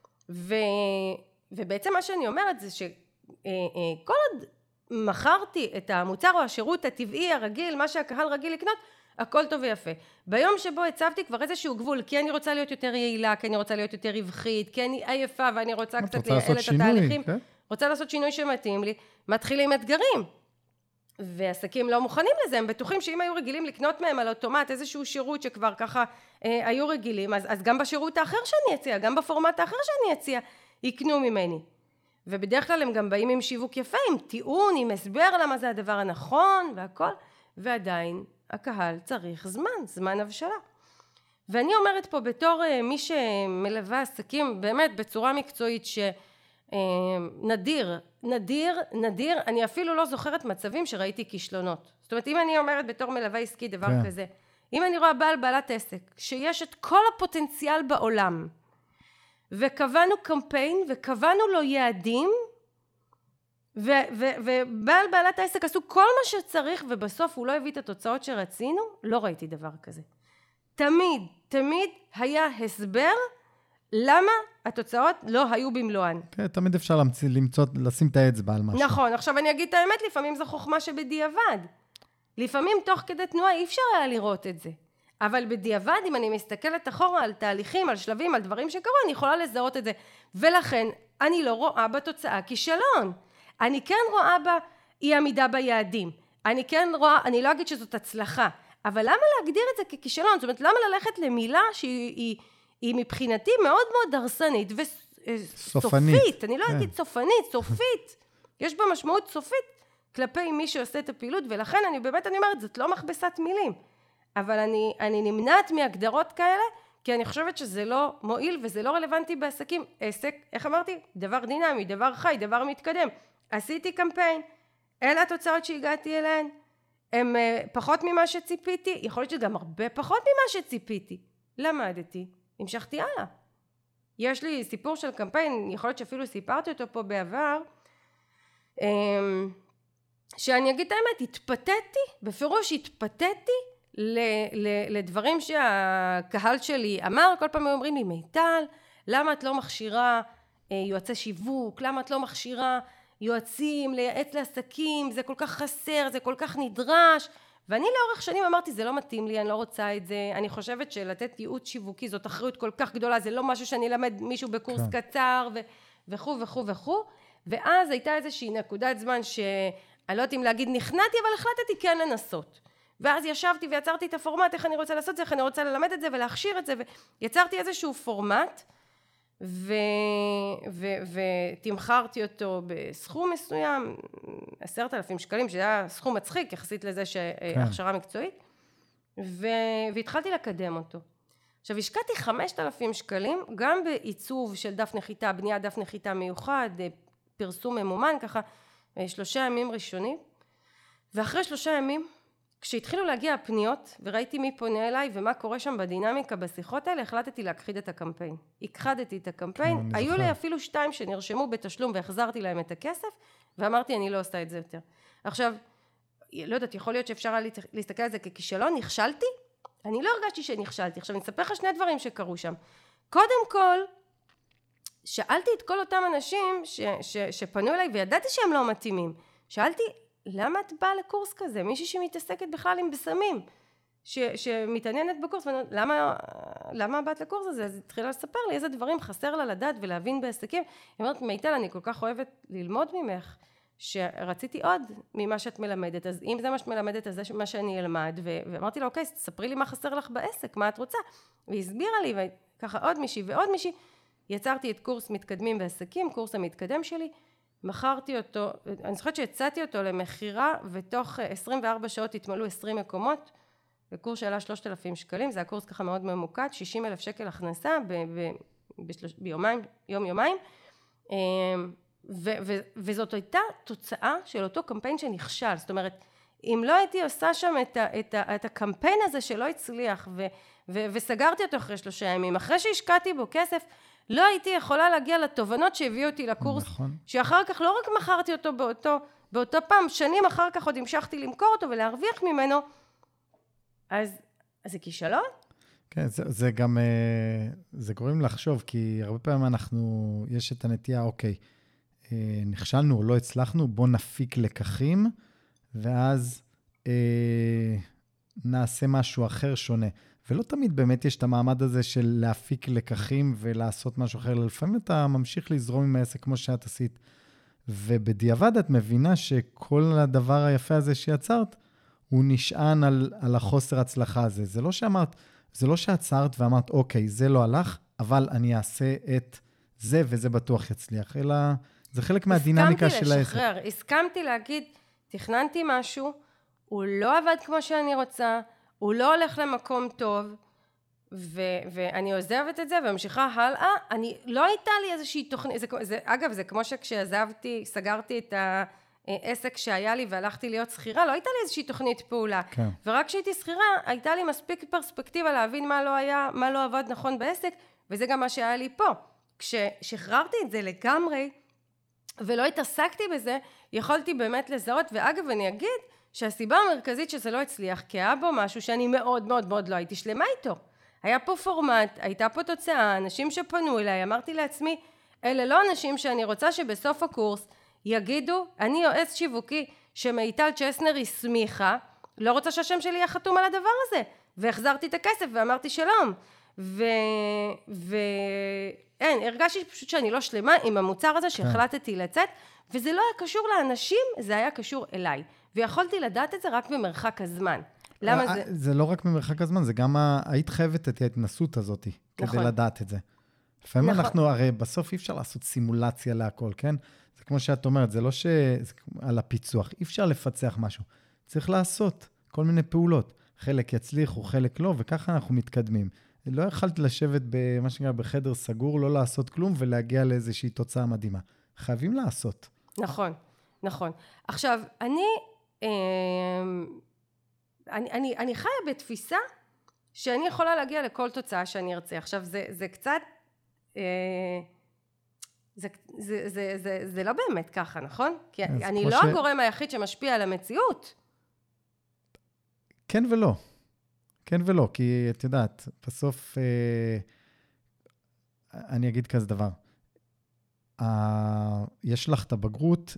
Speaker 1: ובעצם מה שאני אומרת זה שכל עוד מכרתי את המוצר או השירות הטבעי הרגיל, מה שהקהל רגיל לקנות, הכל טוב ויפה. ביום שבו הצבתי כבר איזשהו גבול, כי אני רוצה להיות יותר יעילה, כי אני רוצה להיות יותר רווחית, כי אני עייפה ואני רוצה קצת לייעל את התהליכים, רוצה לעשות שינוי שמתאים לי, מתחילים אתגרים. ועסקים לא מוכנים לזה, הם בטוחים שאם היו רגילים לקנות מהם על אוטומט איזשהו שירות שכבר ככה היו רגילים, אז גם בשירות האחר שאני אציע, גם בפורמט האחר שאני אציע, יקנו ממני. ובדרך כלל הם גם באים עם שיווק יפה, עם טיעון, עם הסבר למה זה הדבר הנכון והכל, ועדיין הקהל צריך זמן הבשלה. ואני אומרת פה בתור מי שמלווה עסקים באמת בצורה מקצועית, נדיר, אני אפילו לא זוכרת מצבים שראיתי כישלונות. זאת אומרת, אם אני אומרת בתור מלווה עסקי דבר כזה, אם אני רואה בעלת עסק, שיש את כל הפוטנציאל בעולם, וקבענו קמפיין, וקבענו לו יעדים, ובעלת העסק עשו כל מה שצריך, ובסוף הוא לא הביא את התוצאות שרצינו, לא ראיתי דבר כזה. תמיד היה הסבר, למה התוצאות לא היו במלואן.
Speaker 2: כן, תמיד אפשר לשים את האצבע על משהו.
Speaker 1: נכון, עכשיו אני אגיד את האמת, לפעמים זו חוכמה שבדיעבד. לפעמים תוך כדי תנועה אי אפשר היה לראות את זה. אבל בדיעבד, אם אני מסתכלת אחורה על תהליכים, על שלבים, על דברים שקרו, אני יכולה לזהות את זה. ולכן, אני לא רואה בתוצאה כישלון. אני כן רואה בה אי עמידה ביעדים. אני לא אגיד שזאת הצלחה. אבל למה להגדיר את זה ככישלון? זאת אומרת, למה ללכת למילה שהיא מבחינתי מאוד מאוד דרסנית וסופית? אני לא אגיד סופנית, סופית. יש בה משמעות סופית כלפי מי שעושה את הפעילות, ולכן אני אומרת, זאת לא מכבסת מילים. אבל אני נמנעת מהגדרות כאלה, כי אני חושבת שזה לא מועיל וזה לא רלוונטי בעסקים. עסק, איך אמרתי? דבר דינמי, דבר חי, דבר מתקדם. עשיתי קמפיין, אלה התוצאות שהגעתי אליהן, הם פחות ממה שציפיתי, יכול להיות שגם הרבה פחות ממה שציפיתי. למדתי, המשכתי הלאה. יש לי סיפור של קמפיין, יכול להיות שאפילו סיפרתי אותו פה בעבר, שאני אגיד את האמת, בפירוש התפתיתי לדברים שהקהל שלי אמר. כל פעם אומרים לי, מיטל, למה את לא מכשירה יועצי שיווק? למה את לא מכשירה יועצים לייעץ לעסקים? זה כל כך חסר, זה כל כך נדרש. ואני לאורך שנים אמרתי, זה לא מתאים לי, אני לא רוצה את זה. אני חושבת שלתת ייעוץ שיווקי זאת אחריות כל כך גדולה, זה לא משהו שאני אלמד מישהו בקורס קצר וכו'. ואז הייתה איזושהי נקודת זמן שאני לא יודעת אם להגיד נכנעתי, אבל החלטתי כן לנסות. ואז ישבתי ויצרתי את הפורמט, איך אני רוצה לעשות זה, איך אני רוצה ללמד את זה ולהכשיר את זה, ויצרתי איזשהו פורמט, ותמחרתי אותו בסכום מסוים, 10,000 שקלים, שזה היה סכום מצחיק, יחסית לזה שהכשרה מקצועית, והתחלתי לקדם אותו. עכשיו, השקעתי 5,000 שקלים, גם בעיצוב של דף נחיתה, בניית דף נחיתה מיוחד, פרסום ממומן, ככה 3 ימים ראשונים, ואחרי 3 ימים, כשהתחילו להגיע הפניות, וראיתי מי פונה אליי ומה קורה שם בדינמיקה בשיחות האלה, החלטתי להכחיד את הקמפיין. הכחדתי את הקמפיין, היו לי אפילו 2 שנרשמו בתשלום והחזרתי להם את הכסף, ואמרתי אני לא עושה את זה יותר. עכשיו, לא יודעת, יכול להיות שאפשר להסתכל על זה ככישלון, נכשלתי? אני לא הרגשתי שנכשלתי. עכשיו אני אספר לך 2 דברים שקרו שם. קודם כל, שאלתי את כל אותם אנשים שפנו אליי וידעתי שהם לא מתאימים. שאלתי, למה את באה לקורס כזה? מישהי שמתעסקת בכלל עם בסמים, שמתעניינת בקורס, למה באת לקורס הזה? אז התחילה לספר לי איזה דברים חסר לה לדעת ולהבין בעסקים. היא אומרת, מיטל, אני כל כך אוהבת ללמוד ממך, שרציתי עוד ממה שאת מלמדת, אז אם זה מה שאת מלמדת, אז זה מה שאני אלמד, ואמרתי לה, אוקיי, ספרי לי מה חסר לך בעסק, מה את רוצה? והיא הסבירה לי, וככה עוד מישהי ועוד מישהי, יצרתי את קורס מתקדמים בעסקים, קורס המתקדם שלי, מכרתי אותו, אני זוכרת שהצעתי אותו למחירה, ותוך 24 שעות התמלאו 20 מקומות, וקורס שעלה 3,000 שקלים, זה הקורס ככה מאוד ממוקד, 60,000 שקל הכנסה יום-יומיים, וזאת הייתה תוצאה של אותו קמפיין שנכשל. זאת אומרת, אם לא הייתי עושה שם את הקמפיין הזה שלא הצליח, וסגרתי אותו אחרי 3 ימים, אחרי שהשקעתי בו כסף, לא הייתי יכולה להגיע לתובנות שהביאו אותי לקורס, נכון. שאחר כך לא רק מכרתי אותו באותו פעם, שנים אחר כך עוד המשכתי למכור אותו ולהרוויח ממנו, אז זה כישלון?
Speaker 2: כן, זה גם, זה גורם לחשוב, כי הרבה פעמים יש את הנטייה, אוקיי, נכשלנו או לא הצלחנו, בוא נפיק לקחים, ואז נעשה משהו אחר שונה. ולא תמיד באמת יש את המעמד הזה של להפיק לקחים ולעשות משהו אחר. לפעמים אתה ממשיך לזרום עם העסק כמו שאת עשית, ובדיעבד את מבינה שכל הדבר היפה הזה שיצרת, הוא נשען על החוסר הצלחה הזה. זה לא שעצרת ואמרת, אוקיי, זה לא הלך, אבל אני אעשה את זה וזה בטוח יצליח, אלא זה חלק מהדינמיקה של העסק.
Speaker 1: הסכמתי להגיד, תכננתי משהו, הוא לא עבד כמו שאני רוצה, הוא לא הולך למקום טוב, ואני עוזבת את זה וממשיכה הלאה. לא הייתה לי איזושהי תוכנית, אגב, זה כמו שכשעזבתי, סגרתי את העסק שהיה לי והלכתי להיות שכירה, לא הייתה לי איזושהי תוכנית פעולה.
Speaker 2: כן.
Speaker 1: ורק כשהייתי שכירה, הייתה לי מספיק פרספקטיבה להבין מה לא עבד נכון בעסק, וזה גם מה שהיה לי פה. כששחררתי את זה לגמרי, ולא התעסקתי בזה, יכולתי באמת לזהות, ואגב, אני אגיד שהסיבה המרכזית שזה לא הצליח, כי היה בו משהו שאני מאוד מאוד מאוד לא הייתי שלמה איתו. היה פה פורמט, הייתה פה תוצאה, אנשים שפנו אליי, אמרתי לעצמי, אלה לא אנשים שאני רוצה שבסוף הקורס יגידו, אני יועץ שיווקי שמיטל צ'סנר הסמיכה, לא רוצה שהשם שלי יהיה חתום על הדבר הזה, והחזרתי את הכסף ואמרתי שלום, אין, הרגשתי פשוט שאני לא שלמה עם המוצר הזה שהחלטתי לצאת, וזה לא היה קשור לאנשים, זה היה קשור אליי, ויכולתי לדעת את זה רק במרחק הזמן. למה זה?
Speaker 2: זה לא רק במרחק הזמן, זה גם היית חייבת את ההתנסות הזאת, כדי לדעת את זה. לפעמים אנחנו, הרי בסוף אי אפשר לעשות סימולציה להכל, כן? זה כמו שאת אומרת, זה לא על הפיצוח, אי אפשר לפצח משהו. צריך לעשות כל מיני פעולות. חלק יצליחו, חלק לא, וככה אנחנו מתקדמים. לא יכולת לשבת במה שנקרא בחדר סגור, לא לעשות כלום ולהגיע לאיזושהי תוצאה מדהימה. חייבים לעשות.
Speaker 1: נכון, נכון. עכשיו, אני חיה בתפיסה שאני יכולה להגיע לכל תוצאה שאני ארצה. עכשיו, זה קצת, זה לא באמת ככה, נכון? כי אני לא הגורם היחיד שמשפיע על המציאות.
Speaker 2: כן ולא. כן ולא, כי את יודעת, בסוף, אני אגיד כזה דבר, יש לך את הבגרות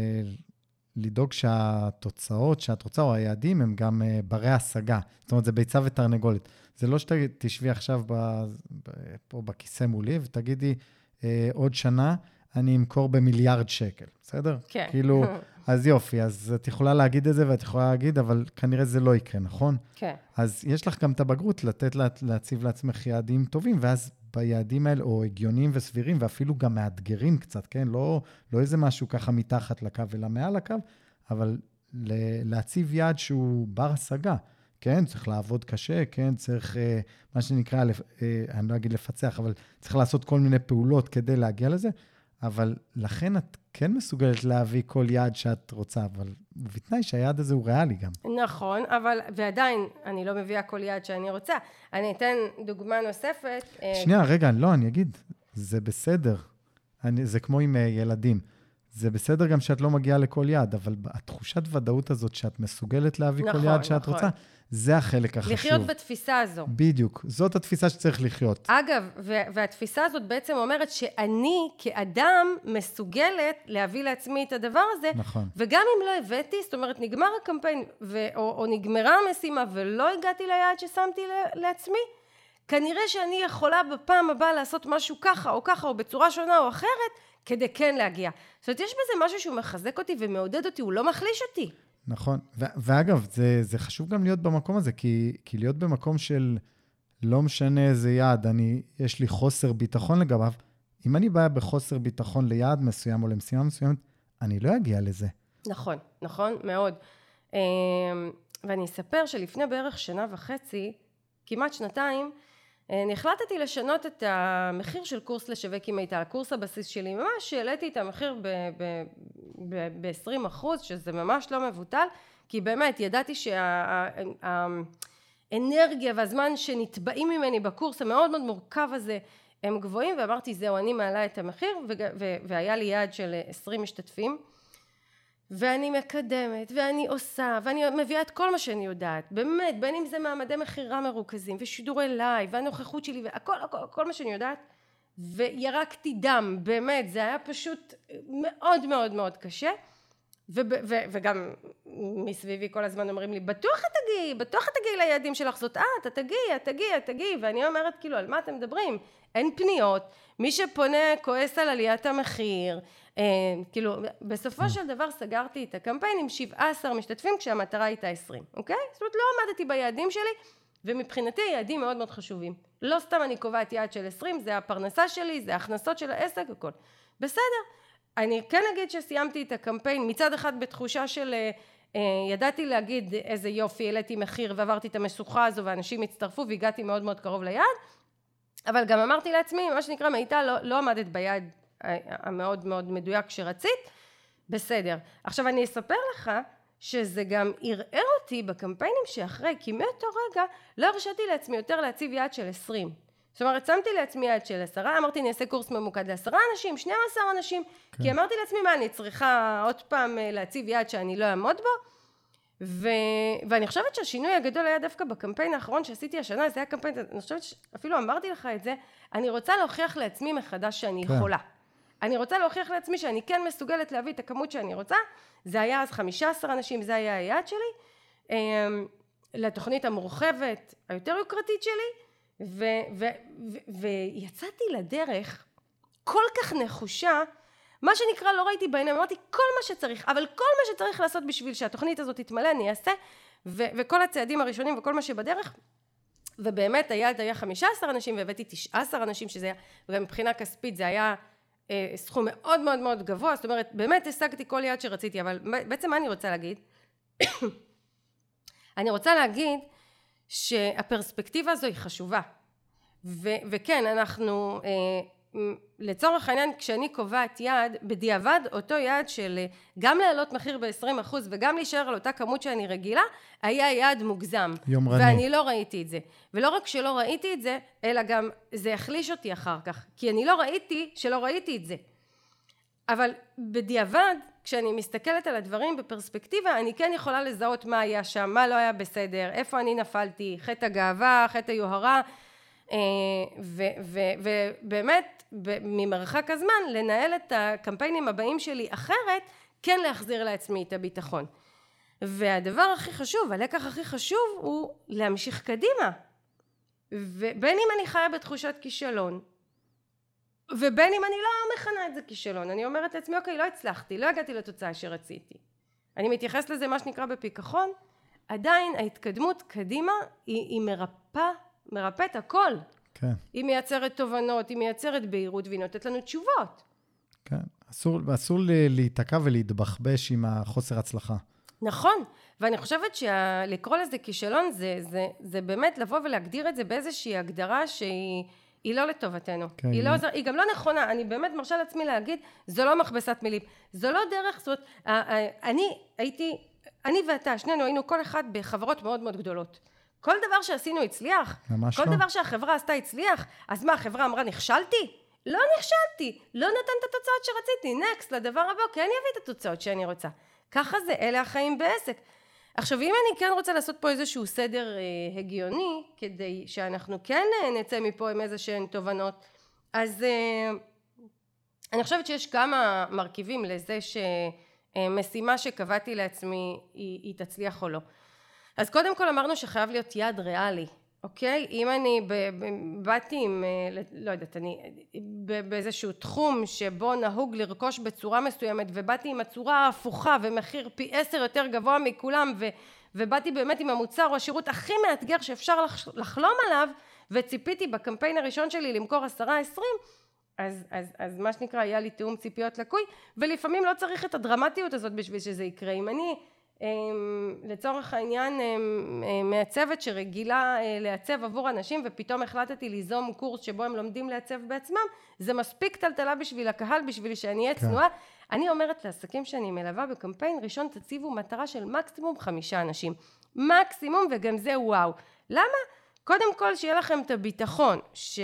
Speaker 2: לדאוג שהתוצאות שאת רוצה, או היעדים, הם גם ברי השגה. זאת אומרת, זה ביצה ותרנגולת. זה לא שתשבי עכשיו פה בכיסא מולי, ותגידי, עוד שנה אני אמכור ב1,000,000,000 שקל, בסדר?
Speaker 1: כן.
Speaker 2: כאילו, אז יופי, אז את יכולה להגיד את זה, ואת יכולה להגיד, אבל כנראה זה לא יקרה, נכון?
Speaker 1: כן.
Speaker 2: אז יש לך גם את הבגרות להציב לעצמך יעדים טובים, ואז ביעדים האלה, או הגיוניים וסבירים, ואפילו גם מאתגרים קצת, כן? לא איזה משהו ככה מתחת לקו, אלא מעל הקו, אבל להציב יעד שהוא בר השגה, כן? צריך לעבוד קשה, כן? צריך, מה שנקרא, אני לא אגיד לפצח, אבל צריך לעשות כל מיני פעולות כדי להגיע לזה, אבל לכן את כן מסוגלת להביא כל יעד שאת רוצה, אבל בתנאי שהיעד הזה הוא ריאלי גם.
Speaker 1: נכון, אבל, ועדיין, אני לא מביאה כל יעד שאני רוצה. אני אתן דוגמה נוספת.
Speaker 2: שנייה, רגע, לא, אני אגיד, זה בסדר. זה כמו עם ילדים. זה בסדר גם שאת לא מגיעה לכל יעד, אבל התחושת ודאות הזאת שאת מסוגלת להביא כל יעד שאת רוצה, זה החלק החשוב.
Speaker 1: לחיות בתפיסה הזו.
Speaker 2: בדיוק, זאת התפיסה שצריך לחיות.
Speaker 1: אגב, והתפיסה הזאת בעצם אומרת שאני כאדם מסוגלת להביא לעצמי את הדבר הזה,
Speaker 2: נכון.
Speaker 1: וגם אם לא הבאתי, זאת אומרת, נגמר הקמפיין, או נגמרה המשימה, ולא הגעתי ליעד ששמתי לעצמי, כנראה שאני יכולה בפעם הבאה לעשות משהו ככה, או ככה, או בצורה שונה או אחרת, כדי כן להגיע. זאת אומרת, יש בזה משהו שהוא מחזק אותי ומעודד אותי, הוא לא מחליש אותי.
Speaker 2: נכון, ואגב, זה חשוב גם להיות במקום הזה, כי להיות במקום של לא משנה איזה יעד, יש לי חוסר ביטחון לגביו, אם אני בא בחוסר ביטחון ליעד מסוים או למשימה מסוימת, אני לא אגיע לזה.
Speaker 1: נכון, נכון, מאוד. ואני אספר שלפני בערך 1.5 שנה, כמעט 2 אני החלטתי לשנות את המחיר של קורס לשווק עם מיטל, קורס הבסיס שלי, ממש העליתי את המחיר ב-20%, שזה ממש לא מבוטל, כי באמת ידעתי שהאנרגיה והזמן שנתבעים ממני בקורס המאוד מאוד מורכב הזה, הם גבוהים, ואמרתי זהו, אני מעלה את המחיר, והיה לי יעד של 20 משתתפים, ואני מקדמת, ואני עושה, ואני מביאה את כל מה שאני יודעת, באמת, בין אם זה מעמדי מחירה מרוכזים, ושידורי לייב, והנוכחות שלי, כל מה שאני יודעת, וירקתי דם, באמת, זה היה פשוט מאוד מאוד מאוד קשה, וגם מסביבי כל הזמן אומרים לי, בטוח תגיעי ליעדים שלך, זאת אתה תגיעי, ואני אומרת, כאילו, על מה אתם מדברים? אין פניות, מי שפונה כועס על עליית המחיר, כאילו, בסופו של דבר סגרתי את הקמפיין עם 17 משתתפים, כשהמטרה הייתה 20, אוקיי? זאת אומרת, לא עמדתי ביעדים שלי, ומבחינתי יעדים מאוד מאוד חשובים. לא סתם אני קובעת יעד של 20, זה הפרנסה שלי, זה ההכנסות של העסק, הכל. בסדר, אני כן אגיד שסיימתי את הקמפיין, מצד אחד בתחושה של ידעתי להגיד איזה יופי, העליתי מחיר ועברתי את המשוכה הזו ואנשים הצטרפו והגעתי מאוד מאוד קרוב ליעד, אבל גם אמרתי לעצמי, מה שנקרא מאיתה, לא עמדת ביעד המאוד מאוד מדויק שרצית, בסדר. עכשיו אני אספר לך שזה גם ערער אותי בקמפיינים שאחרי, כי מאותו רגע לא הרשיתי לעצמי יותר להציב יעד של 20. זאת אומרת, שמתי לעצמי יעד של 10, אמרתי אני אעשה קורס ממוקד ל10 אנשים, 12 אנשים, כן. כי אמרתי לעצמי מה, אני צריכה עוד פעם להציב יעד שאני לא אעמוד בו, ואני חושבת שהשינוי הגדול היה דווקא בקמפיין האחרון שעשיתי השנה, זה היה קמפיין, אני חושבת שאפילו אמרתי לך את זה, אני רוצה להוכיח לעצמי מחדש שאני יכולה. אני רוצה להוכיח לעצמי שאני כן מסוגלת להביא את הכמות שאני רוצה, זה היה אז 15 אנשים, זה היה היעד שלי, לתוכנית המורחבת היותר יוקרתית שלי, ויצאתי לדרך כל כך נחושה, מה שנקרא לא ראיתי בעיניים, אמרתי כל מה שצריך, אבל כל מה שצריך לעשות בשביל שהתוכנית הזאת תתמלא אני אעשה, וכל הצעדים הראשונים וכל מה שבדרך, ובאמת היעד היה 15 אנשים והבאתי 19 אנשים, שזה היה, וגם מבחינה כספית זה היה סכום מאוד מאוד מאוד גבוה, זאת אומרת באמת השגתי כל יעד שרציתי, אבל בעצם מה אני רוצה להגיד? אני רוצה להגיד שהפרספקטיבה הזו היא חשובה, וכן אנחנו לצורך העניין כשאני קובעת יעד בדיעבד אותו יעד של גם להעלות מחיר ב-20% וגם להישאר על אותה כמות שאני רגילה היה יעד מוגזם
Speaker 2: יומרני.
Speaker 1: ואני לא ראיתי את זה ולא רק שלא ראיתי את זה אלא גם זה החליש אותי אחר כך כי אני לא ראיתי שלא ראיתי את זה אבל בדיעבד כשאני מסתכלת על הדברים בפרספקטיבה אני כן יכולה לזהות מה היה שם מה לא היה בסדר איפה אני נפלתי חטא הגאווה חטא היוהרה ובאמת ממרחק הזמן לנהל את הקמפיינים הבאים שלי אחרת כן להחזיר לעצמי את הביטחון והדבר הכי חשוב הלקח הכי חשוב הוא להמשיך קדימה ובין אם אני חיה בתחושת כישלון ובין אם אני לא מכנה את זה כישלון אני אומרת לעצמי אוקיי לא הצלחתי לא הגעתי לתוצאה שרציתי אני מתייחס לזה מה שנקרא בפיקחון עדיין ההתקדמות קדימה היא מרפאת הכל. כן. היא מייצרת תובנות, היא מייצרת בהירות, והיא נותנת לנו תשובות.
Speaker 2: כן. אסור להיתקע ולהתבחבש עם החוסר הצלחה.
Speaker 1: נכון. ואני חושבת שלקרוא לזה כישלון, זה באמת לבוא ולהגדיר את זה באיזושהי הגדרה שהיא לא לטובתנו. כן. היא גם לא נכונה. אני באמת מרשה לעצמי להגיד, זו לא מכבסת מילים. זו לא דרך, זאת אני ואתה, שנינו היינו כל אחד בחברות מאוד מאוד גדולות. כל דבר שעשינו הצליח, כל דבר שהחברה עשתה הצליח, אז מה, החברה אמרה, נכשלתי? לא נכשלתי, לא נתן את התוצאות שרציתי, נקסט, לדבר הבא, כן יביא את התוצאות שאני רוצה. ככה זה, אלה החיים בעסק. עכשיו, אם אני כן רוצה לעשות פה איזשהו סדר הגיוני, כדי שאנחנו כן נצא מפה עם איזשהן תובנות, אז אני חושבת שיש כמה מרכיבים לזה שמשימה שקבעתי לעצמי היא תצליח או לא. אז קודם כל אמרנו שחייב להיות יעד ריאלי, אוקיי? אם אני באתי עם, לא יודעת, אני באיזשהו תחום שבו נהוג לרכוש בצורה מסוימת ובאתי עם הצורה ההפוכה ומחיר פי 10 יותר גבוה מכולם ובאתי באמת עם המוצר או השירות הכי מאתגר שאפשר לחלום עליו וציפיתי בקמפיין הראשון שלי למכור 10-20 אז מה שנקרא היה לי תאום ציפיות לקוי ולפעמים לא צריך את הדרמטיות הזאת בשביל שזה יקרה אם אני לצורך העניין מעצבת שרגילה לעצב עבור אנשים ופתאום החלטתי ליזום קורס שבו הם לומדים לעצב בעצמם זה מספיק טלטלה בשביל הקהל בשביל שאני אהיה צנועה אני אומרת לעסקים שאני מלווה בקמפיין ראשון תציבו מטרה של מקסימום 5 אנשים מקסימום וגם זה וואו למה? קודם כל שיהיה לכם את הביטחון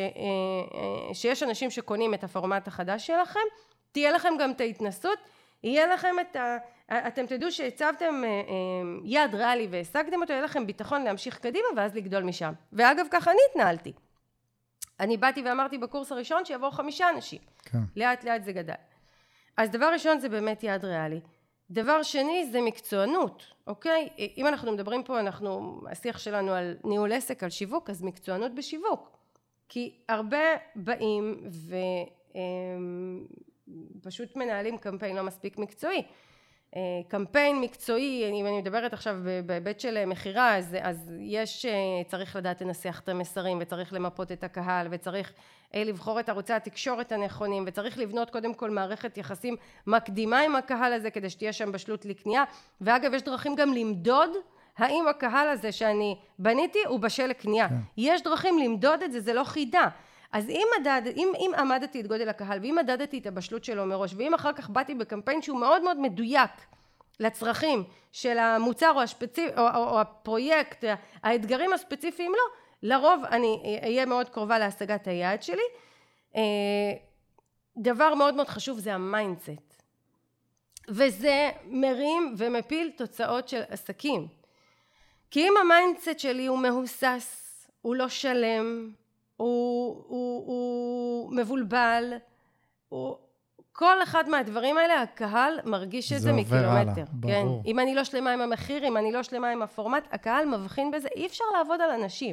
Speaker 1: שיש אנשים שקונים את הפורמט החדש שלכם תהיה לכם גם את ההתנסות יהיה לכם אתם תדעו שהצבתם יעד ריאלי והשגתם אותו, יהיה לכם ביטחון להמשיך קדימה ואז לגדול משם. ואגב, ככה אני התנהלתי. אני באתי ואמרתי בקורס הראשון שיבואו 5 אנשים. כן. לאט לאט זה גדל. אז דבר ראשון זה באמת יעד ריאלי. דבר שני זה מקצוענות, אוקיי? אם אנחנו מדברים פה, השיח שלנו על ניהול עסק, על שיווק, אז מקצוענות בשיווק. כי הרבה באים פשוט מנהלים קמפיין לא מספיק מקצועי. קמפיין מקצועי, אם אני מדברת עכשיו בהיבט של מחירה, אז צריך לדעת לנסח את המסרים, וצריך למפות את הקהל, וצריך לבחור את ערוצי התקשורת הנכונים, וצריך לבנות קודם כל מערכת יחסים מקדימה עם הקהל הזה, כדי שתהיה שם בשלות לקנייה. ואגב, יש דרכים גם למדוד האם הקהל הזה שאני בניתי הוא בשל לקנייה. יש דרכים למדוד את זה, זה לא חידה. אז אם עמדתי את גודל הקהל, ואם מדדתי את הבשלות שלו מראש, ואם אחר כך באתי בקמפיין שהוא מאוד מאוד מדויק לצרכים של המוצר או הפרויקט, האתגרים הספציפיים לו, לרוב אני אהיה מאוד קרובה להשגת היעד שלי. דבר מאוד מאוד חשוב זה המיינדסט. וזה מרים ומפיל תוצאות של עסקים. כי אם המיינדסט שלי הוא מהוסס, הוא לא שלם, הוא מבולבל, כל אחד מהדברים האלה, הקהל מרגיש את זה מקילומטר. כן? אם אני לא שלמה עם המחיר, אם אני לא שלמה עם הפורמט, הקהל מבחין בזה, אי אפשר לעבוד על אנשים.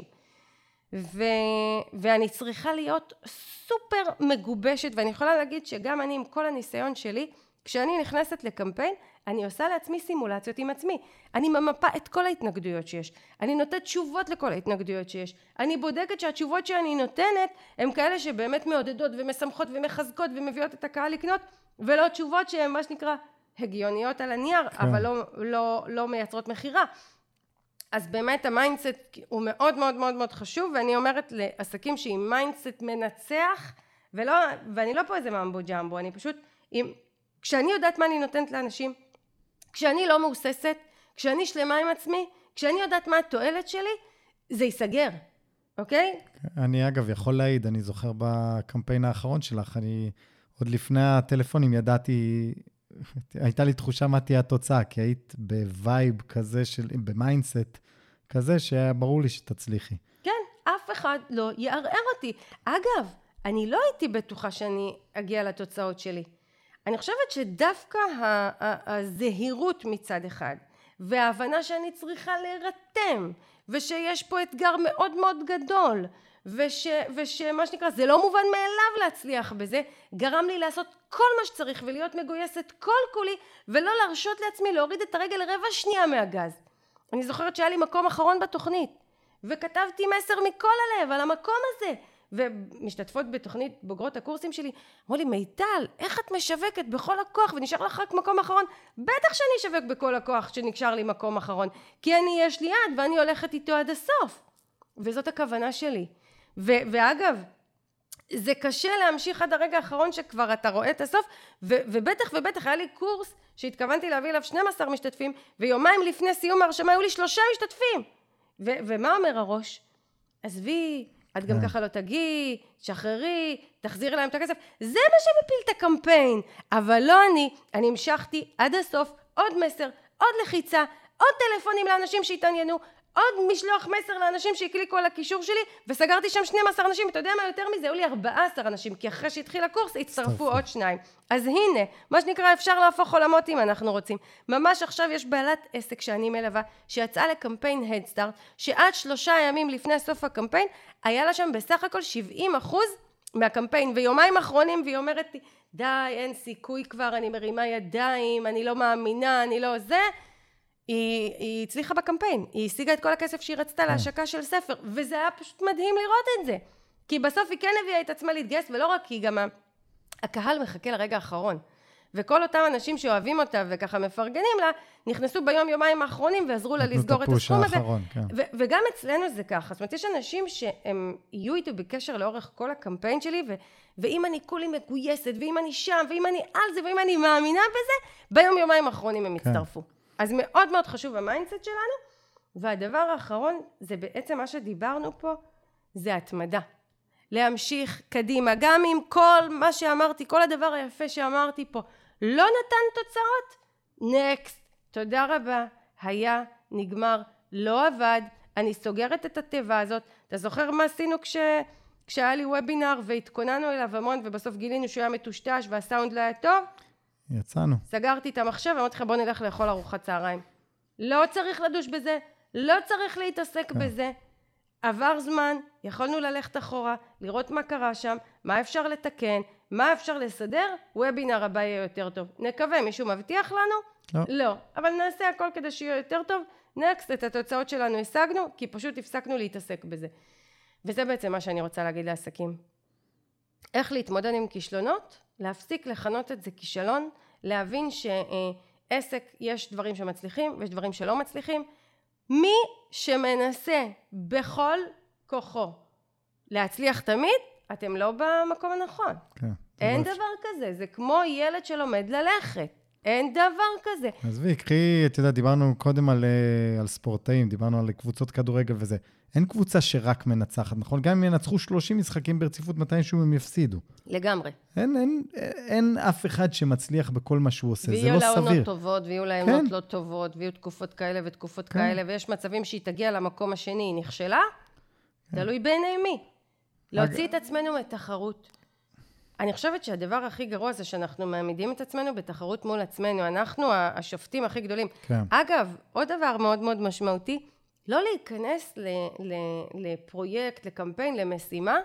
Speaker 1: ואני צריכה להיות סופר מגובשת, ואני יכולה להגיד שגם אני עם כל הניסיון שלי, כשאני נכנסת לקמפיין, אני עושה לעצמי סימולציות עם עצמי. אני ממפה את כל ההתנגדויות שיש. אני נותנת תשובות לכל ההתנגדויות שיש. אני בודקת שהתשובות שאני נותנת, הן כאלה שבאמת מעודדות ומשמחות ומחזקות ומביאות את הקהל לקנות, ולא תשובות שהן מה שנקרא הגיוניות על הנייר, כן. אבל לא מייצרות מחירה. אז באמת המיינדסט הוא מאוד מאוד מאוד מאוד חשוב, ואני אומרת לעסקים שעם מיינדסט מנצח, ואני לא פה איזה ממבו ג'מבו, אני פשוט, כשאני יודעת מה אני נותנת לאנשים, כשאני לא מאוססת, כשאני שלמה עם עצמי, כשאני יודעת מה התועלת שלי, זה ייסגר, אוקיי?
Speaker 2: אני אגב יכול להעיד, אני זוכר בקמפיין האחרון שלך, אני עוד לפני הטלפונים ידעתי, הייתה לי תחושה מה תהיה התוצאה, כי היית בווייב כזה, במיינדסט כזה, שהיה ברור לי שתצליחי.
Speaker 1: כן, אף אחד לא יערער אותי. אגב, אני לא הייתי בטוחה שאני אגיע לתוצאות שלי. אני חושבת שדווקא הזהירות מצד אחד, וההבנה שאני צריכה להירתם, ושיש פה אתגר מאוד מאוד גדול, ושמה שנקרא, זה לא מובן מאליו להצליח בזה, גרם לי לעשות כל מה שצריך, ולהיות מגויסת כל כולי, ולא להרשות לעצמי להוריד את הרגל לרבע שנייה מהגז. אני זוכרת שהיה לי מקום אחרון בתוכנית, וכתבתי מסר מכל הלב על המקום הזה, ומשתתפות בתוכנית בוגרות הקורסים שלי, אמרו לי, מיטל, איך את משווקת בכל הכוח ונשאר לך רק מקום אחרון? בטח שאני אשווק בכל הכוח שנקשר לי מקום אחרון, כי יש לי יד ואני הולכת איתו עד הסוף. וזאת הכוונה שלי. ואגב, זה קשה להמשיך עד הרגע האחרון שכבר אתה רואה את הסוף, ובטח היה לי קורס שהתכוונתי להביא אליו 12 משתתפים, ויומיים לפני סיום ההרשמה היו לי 3 משתתפים. ומה אומר הראש? עזבי, את גם ככה לא תגיעי, שחררי, תחזירי להם את הכסף. זה מה שמפיל את הקמפיין. אבל לא אני המשכתי עד הסוף, עוד מסר, עוד לחיצה, עוד טלפונים לאנשים שהתעניינו, עוד משלוח מסר לאנשים שהקליקו על הקישור שלי, וסגרתי שם 12 אנשים. אתה יודע מה יותר מזה? היו לי 14 אנשים, כי אחרי שהתחיל הקורס הצטרפו עוד 2. אז הנה, מה שנקרא, אפשר להפוך עולמות אם אנחנו רוצים. ממש עכשיו יש בעלת עסק שאני מלווה, שיצאה לקמפיין הדסטארט, שעד 3 ימים לפני סוף הקמפיין, היה לה שם בסך הכל 70% מהקמפיין, ויומיים אחרונים, והיא אומרת לי, די, אין סיכוי כבר, אני מרימה ידיים, אני לא מאמינה, אני לא זה. היא הצליחה בקמפיין, היא השיגה את כל הכסף שהיא רצתה להשקה של ספר, וזה היה פשוט מדהים לראות את זה, כי בסוף היא כן הביאה את עצמה להתגייס, ולא רק כי גם הקהל מחכה לרגע האחרון, וכל אותם אנשים שאוהבים אותה וככה מפרגנים לה, נכנסו ביום יומיים האחרונים ועזרו לה לסגור את הסכום הזה, וגם אצלנו זה ככה, זאת אומרת יש אנשים שהם יהיו איתו בקשר לאורך כל הקמפיין שלי, ואם אני כולי מגויסת, ואם אני שם, ואם אני על זה, ואם אני מאמינה בזה, ביום יומיים האחרונים הם יצטרפו. אז מאוד מאוד חשוב המיינדסט שלנו, והדבר האחרון זה בעצם מה שדיברנו פה, זה התמדה. להמשיך קדימה, גם אם כל מה שאמרתי, כל הדבר היפה שאמרתי פה, לא נתן תוצאות, נקסט, תודה רבה, היה, נגמר, לא עבד, אני סוגרת את התיבה הזאת. אתה זוכר מה עשינו כשהיה לי וובינר והתכוננו אליו המון, ובסוף גילינו שהוא היה מטושטש והסאונד לא היה טוב?
Speaker 2: יצאנו.
Speaker 1: סגרתי את המחשב ואמרתי לך בוא נלך לאכול ארוחת צהריים. לא צריך לדוש בזה, לא צריך להתעסק בזה. עבר זמן, יכולנו ללכת אחורה, לראות מה קרה שם, מה אפשר לתקן, מה אפשר לסדר, וובינר הבא יהיה יותר טוב. נקווה, מישהו מבטיח לנו? לא, אבל נעשה הכל כדי שיהיה יותר טוב. נקסט, את התוצאות שלנו השגנו, כי פשוט הפסקנו להתעסק בזה. וזה בעצם מה שאני רוצה להגיד לעסקים. איך להתמודד עם כישלונות? להפסיק לכנות את זה כישלון, להבין שעסק יש דברים שמצליחים ויש דברים שלא מצליחים. מי שמנסה בכל כוחו להצליח תמיד, אתם לא במקום הנכון.
Speaker 2: כן,
Speaker 1: אין דבר כזה, זה כמו ילד שלומד ללכת. אין דבר כזה.
Speaker 2: אז קחי, אתה יודע, דיברנו קודם על ספורטאים, דיברנו על קבוצות כדורגל וזה. אין קבוצה שרק מנצחת, נכון? גם אם ינצחו 30 משחקים ברציפות, מתישהו הם יפסידו.
Speaker 1: לגמרי.
Speaker 2: אין אף אחד שמצליח בכל מה שהוא עושה, זה לא סביר.
Speaker 1: ויהיו לה עונות טובות, ויהיו לה עונות לא טובות, ויהיו תקופות כאלה ותקופות כאלה, ויש מצבים שהיא תגיע למקום השני, היא נכשלה, תלוי בעיני מי. להוציא את עצמנו מתחרות. אני חושבת שהדבר הכי גרוע זה שאנחנו מעמידים את עצמנו בתחרות מול עצמנו, אנחנו השופטים הכי גדולים.
Speaker 2: כן.
Speaker 1: אגב, עוד דבר מאוד מאוד משמעותי, לא להיכנס לפרויקט, לקמפיין, למשימה,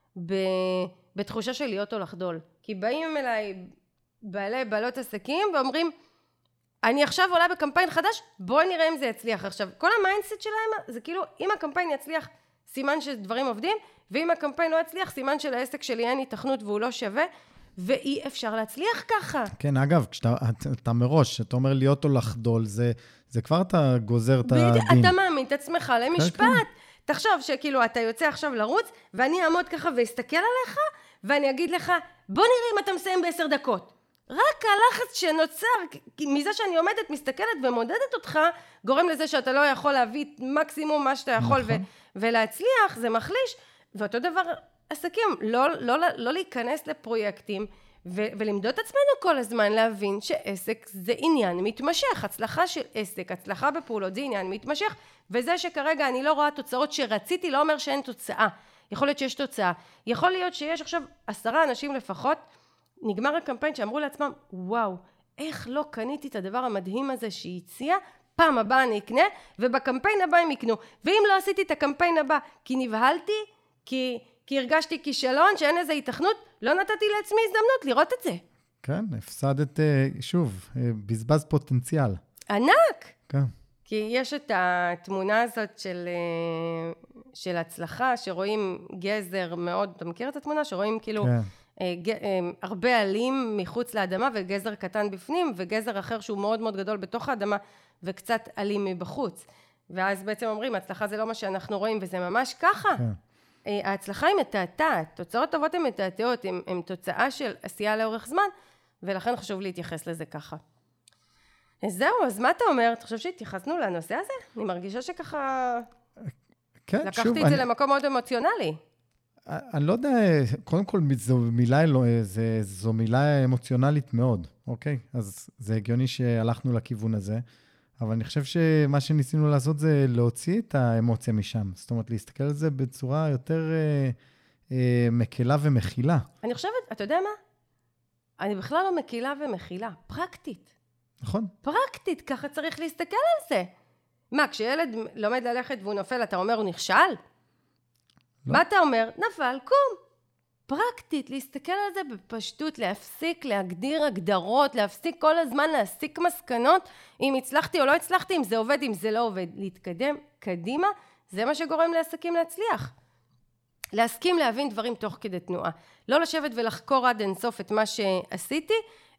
Speaker 1: בתחושה של להיות או לחדול. כי באים אליי בעלות עסקים ואומרים, אני עכשיו עולה בקמפיין חדש, בואי נראה אם זה יצליח. עכשיו, כל המיינדסט שלהם זה כאילו, אם הקמפיין יצליח, סימן שדברים עובדים, ואם הקמפיין לא יצליח, סימן של העסק שלי אין התכנות והוא לא שווה, ואי אפשר להצליח ככה.
Speaker 2: כן, אגב, כשאתה מראש, אתה אומר להיות או לחדול, זה כבר אתה גוזר את הדין.
Speaker 1: אתה מאמין את עצמך למשפט. תחשוב שכאילו אתה יוצא עכשיו לרוץ, ואני אעמוד ככה ואסתכל עליך, ואני אגיד לך, בוא נראה אם אתה מסיים ב10 דקות. רק הלחץ שנוצר, מזה שאני עומדת, מסתכלת ומודדת אותך, גורם לזה שאתה לא יכול להביא מקסימום מה שאתה יכול ולהצליח, זה מחליש. ואותו דבר עסקים, לא להיכנס לפרויקטים ולמדוד את עצמנו כל הזמן, להבין שעסק זה עניין מתמשך, הצלחה של עסק, הצלחה בפעולות זה עניין מתמשך, וזה שכרגע אני לא רואה תוצאות שרציתי, לא אומר שאין תוצאה. יכול להיות שיש תוצאה, יכול להיות שיש עכשיו 10 אנשים לפחות, נגמר הקמפיין שאמרו לעצמם, וואו, איך לא קניתי את הדבר המדהים הזה שהיא הציעה, פעם הבאה אני אקנה, ובקמפיין הבא הם יקנו. ואם לא עשיתי את הקמפיין הבא, כי נבהלתי, כי הרגשתי כישלון, שאין לזה התכנות, לא נתתי לעצמי הזדמנות לראות את זה.
Speaker 2: כן, הפסדת, שוב, בזבז פוטנציאל.
Speaker 1: ענק!
Speaker 2: כן.
Speaker 1: כי יש את התמונה הזאת של הצלחה, שרואים גזר מאוד, אתה מכיר את התמונה? שרואים כאילו הרבה עלים מחוץ לאדמה, וגזר קטן בפנים, וגזר אחר שהוא מאוד מאוד גדול בתוך האדמה, וקצת עלים מבחוץ. ואז בעצם אומרים, הצלחה זה לא מה שאנחנו רואים, וזה ממש ככה. כן. ההצלחה היא מתעתעת, תוצאות טובות הן מתעתעות, הן תוצאה של עשייה לאורך זמן, ולכן חשוב להתייחס לזה ככה. אז זהו, אז מה אתה אומר? אתה חושב שהתייחסנו לנושא הזה? אני מרגישה שככה...
Speaker 2: כן,
Speaker 1: לקחתי את זה למקום מאוד אמוציונלי.
Speaker 2: אני לא יודע, קודם כל זו מילה אמוציונלית מאוד, אוקיי? אז זה הגיוני שהלכנו לכיוון הזה, אבל אני חושב שמה שניסינו לעשות זה להוציא את האמוציה משם. זאת אומרת, להסתכל על זה בצורה יותר מקלה ומכילה.
Speaker 1: אני חושבת, אתה יודע מה? אני בכלל לא מקלה ומכילה, פרקטית.
Speaker 2: נכון.
Speaker 1: פרקטית, ככה צריך להסתכל על זה. מה, כשילד לומד ללכת והוא נופל, אתה אומר, הוא נכשל? לא. מה אתה אומר? נפל, קום. פרקטית, להסתכל על זה בפשטות, להפסיק, להגדיר הגדרות, להפסיק כל הזמן להסיק מסקנות, אם הצלחתי או לא הצלחתי, אם זה עובד, אם זה לא עובד. להתקדם קדימה, זה מה שגורם לעסקים להצליח. להסכים להבין דברים תוך כדי תנועה. לא לשבת ולחקור עד אינסוף את מה שעשיתי,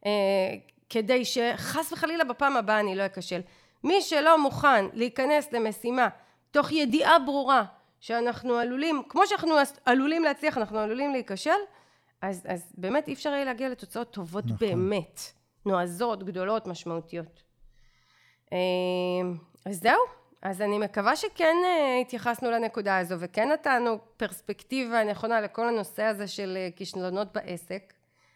Speaker 1: כדי שחס וחלילה בפעם הבאה אני לא אכשל. מי שלא מוכן להיכנס למשימה תוך ידיעה ברורה, שאנחנו עלולים, כמו שאנחנו עלולים להצליח, אנחנו עלולים להיכשל, אז באמת אי אפשר יהיה להגיע לתוצאות טובות נכון. באמת, נועזות, גדולות, משמעותיות. אז זהו, אז אני מקווה שכן התייחסנו לנקודה הזו, וכן נתנו פרספקטיבה נכונה לכל הנושא הזה של כישלונות בעסק,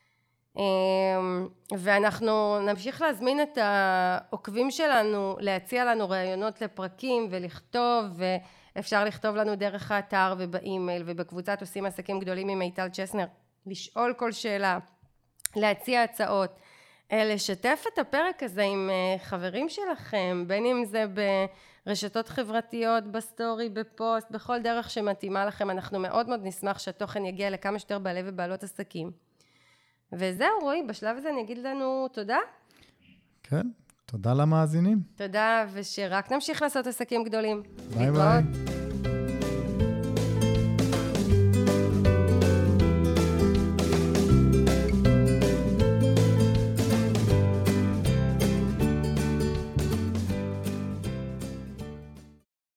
Speaker 1: ואנחנו נמשיך להזמין את העוקבים שלנו, להציע לנו רעיונות לפרקים ולכתוב, אפשר לכתוב לנו דרך האתר ובאימייל ובקבוצת עושים עסקים גדולים עם מיטל צ'סנר, לשאול כל שאלה, להציע הצעות, לשתף את הפרק הזה עם חברים שלכם, בין אם זה ברשתות חברתיות, בסטורי, בפוסט, בכל דרך שמתאימה לכם. אנחנו מאוד מאוד נשמח שהתוכן יגיע לכמה שיותר בעלי ובעלות עסקים. וזהו, רועי, בשלב הזה אני אגיד לנו תודה.
Speaker 2: כן, תודה למאזינים.
Speaker 1: תודה, ושרק נמשיך לעשות עסקים גדולים.
Speaker 2: ביי ביי.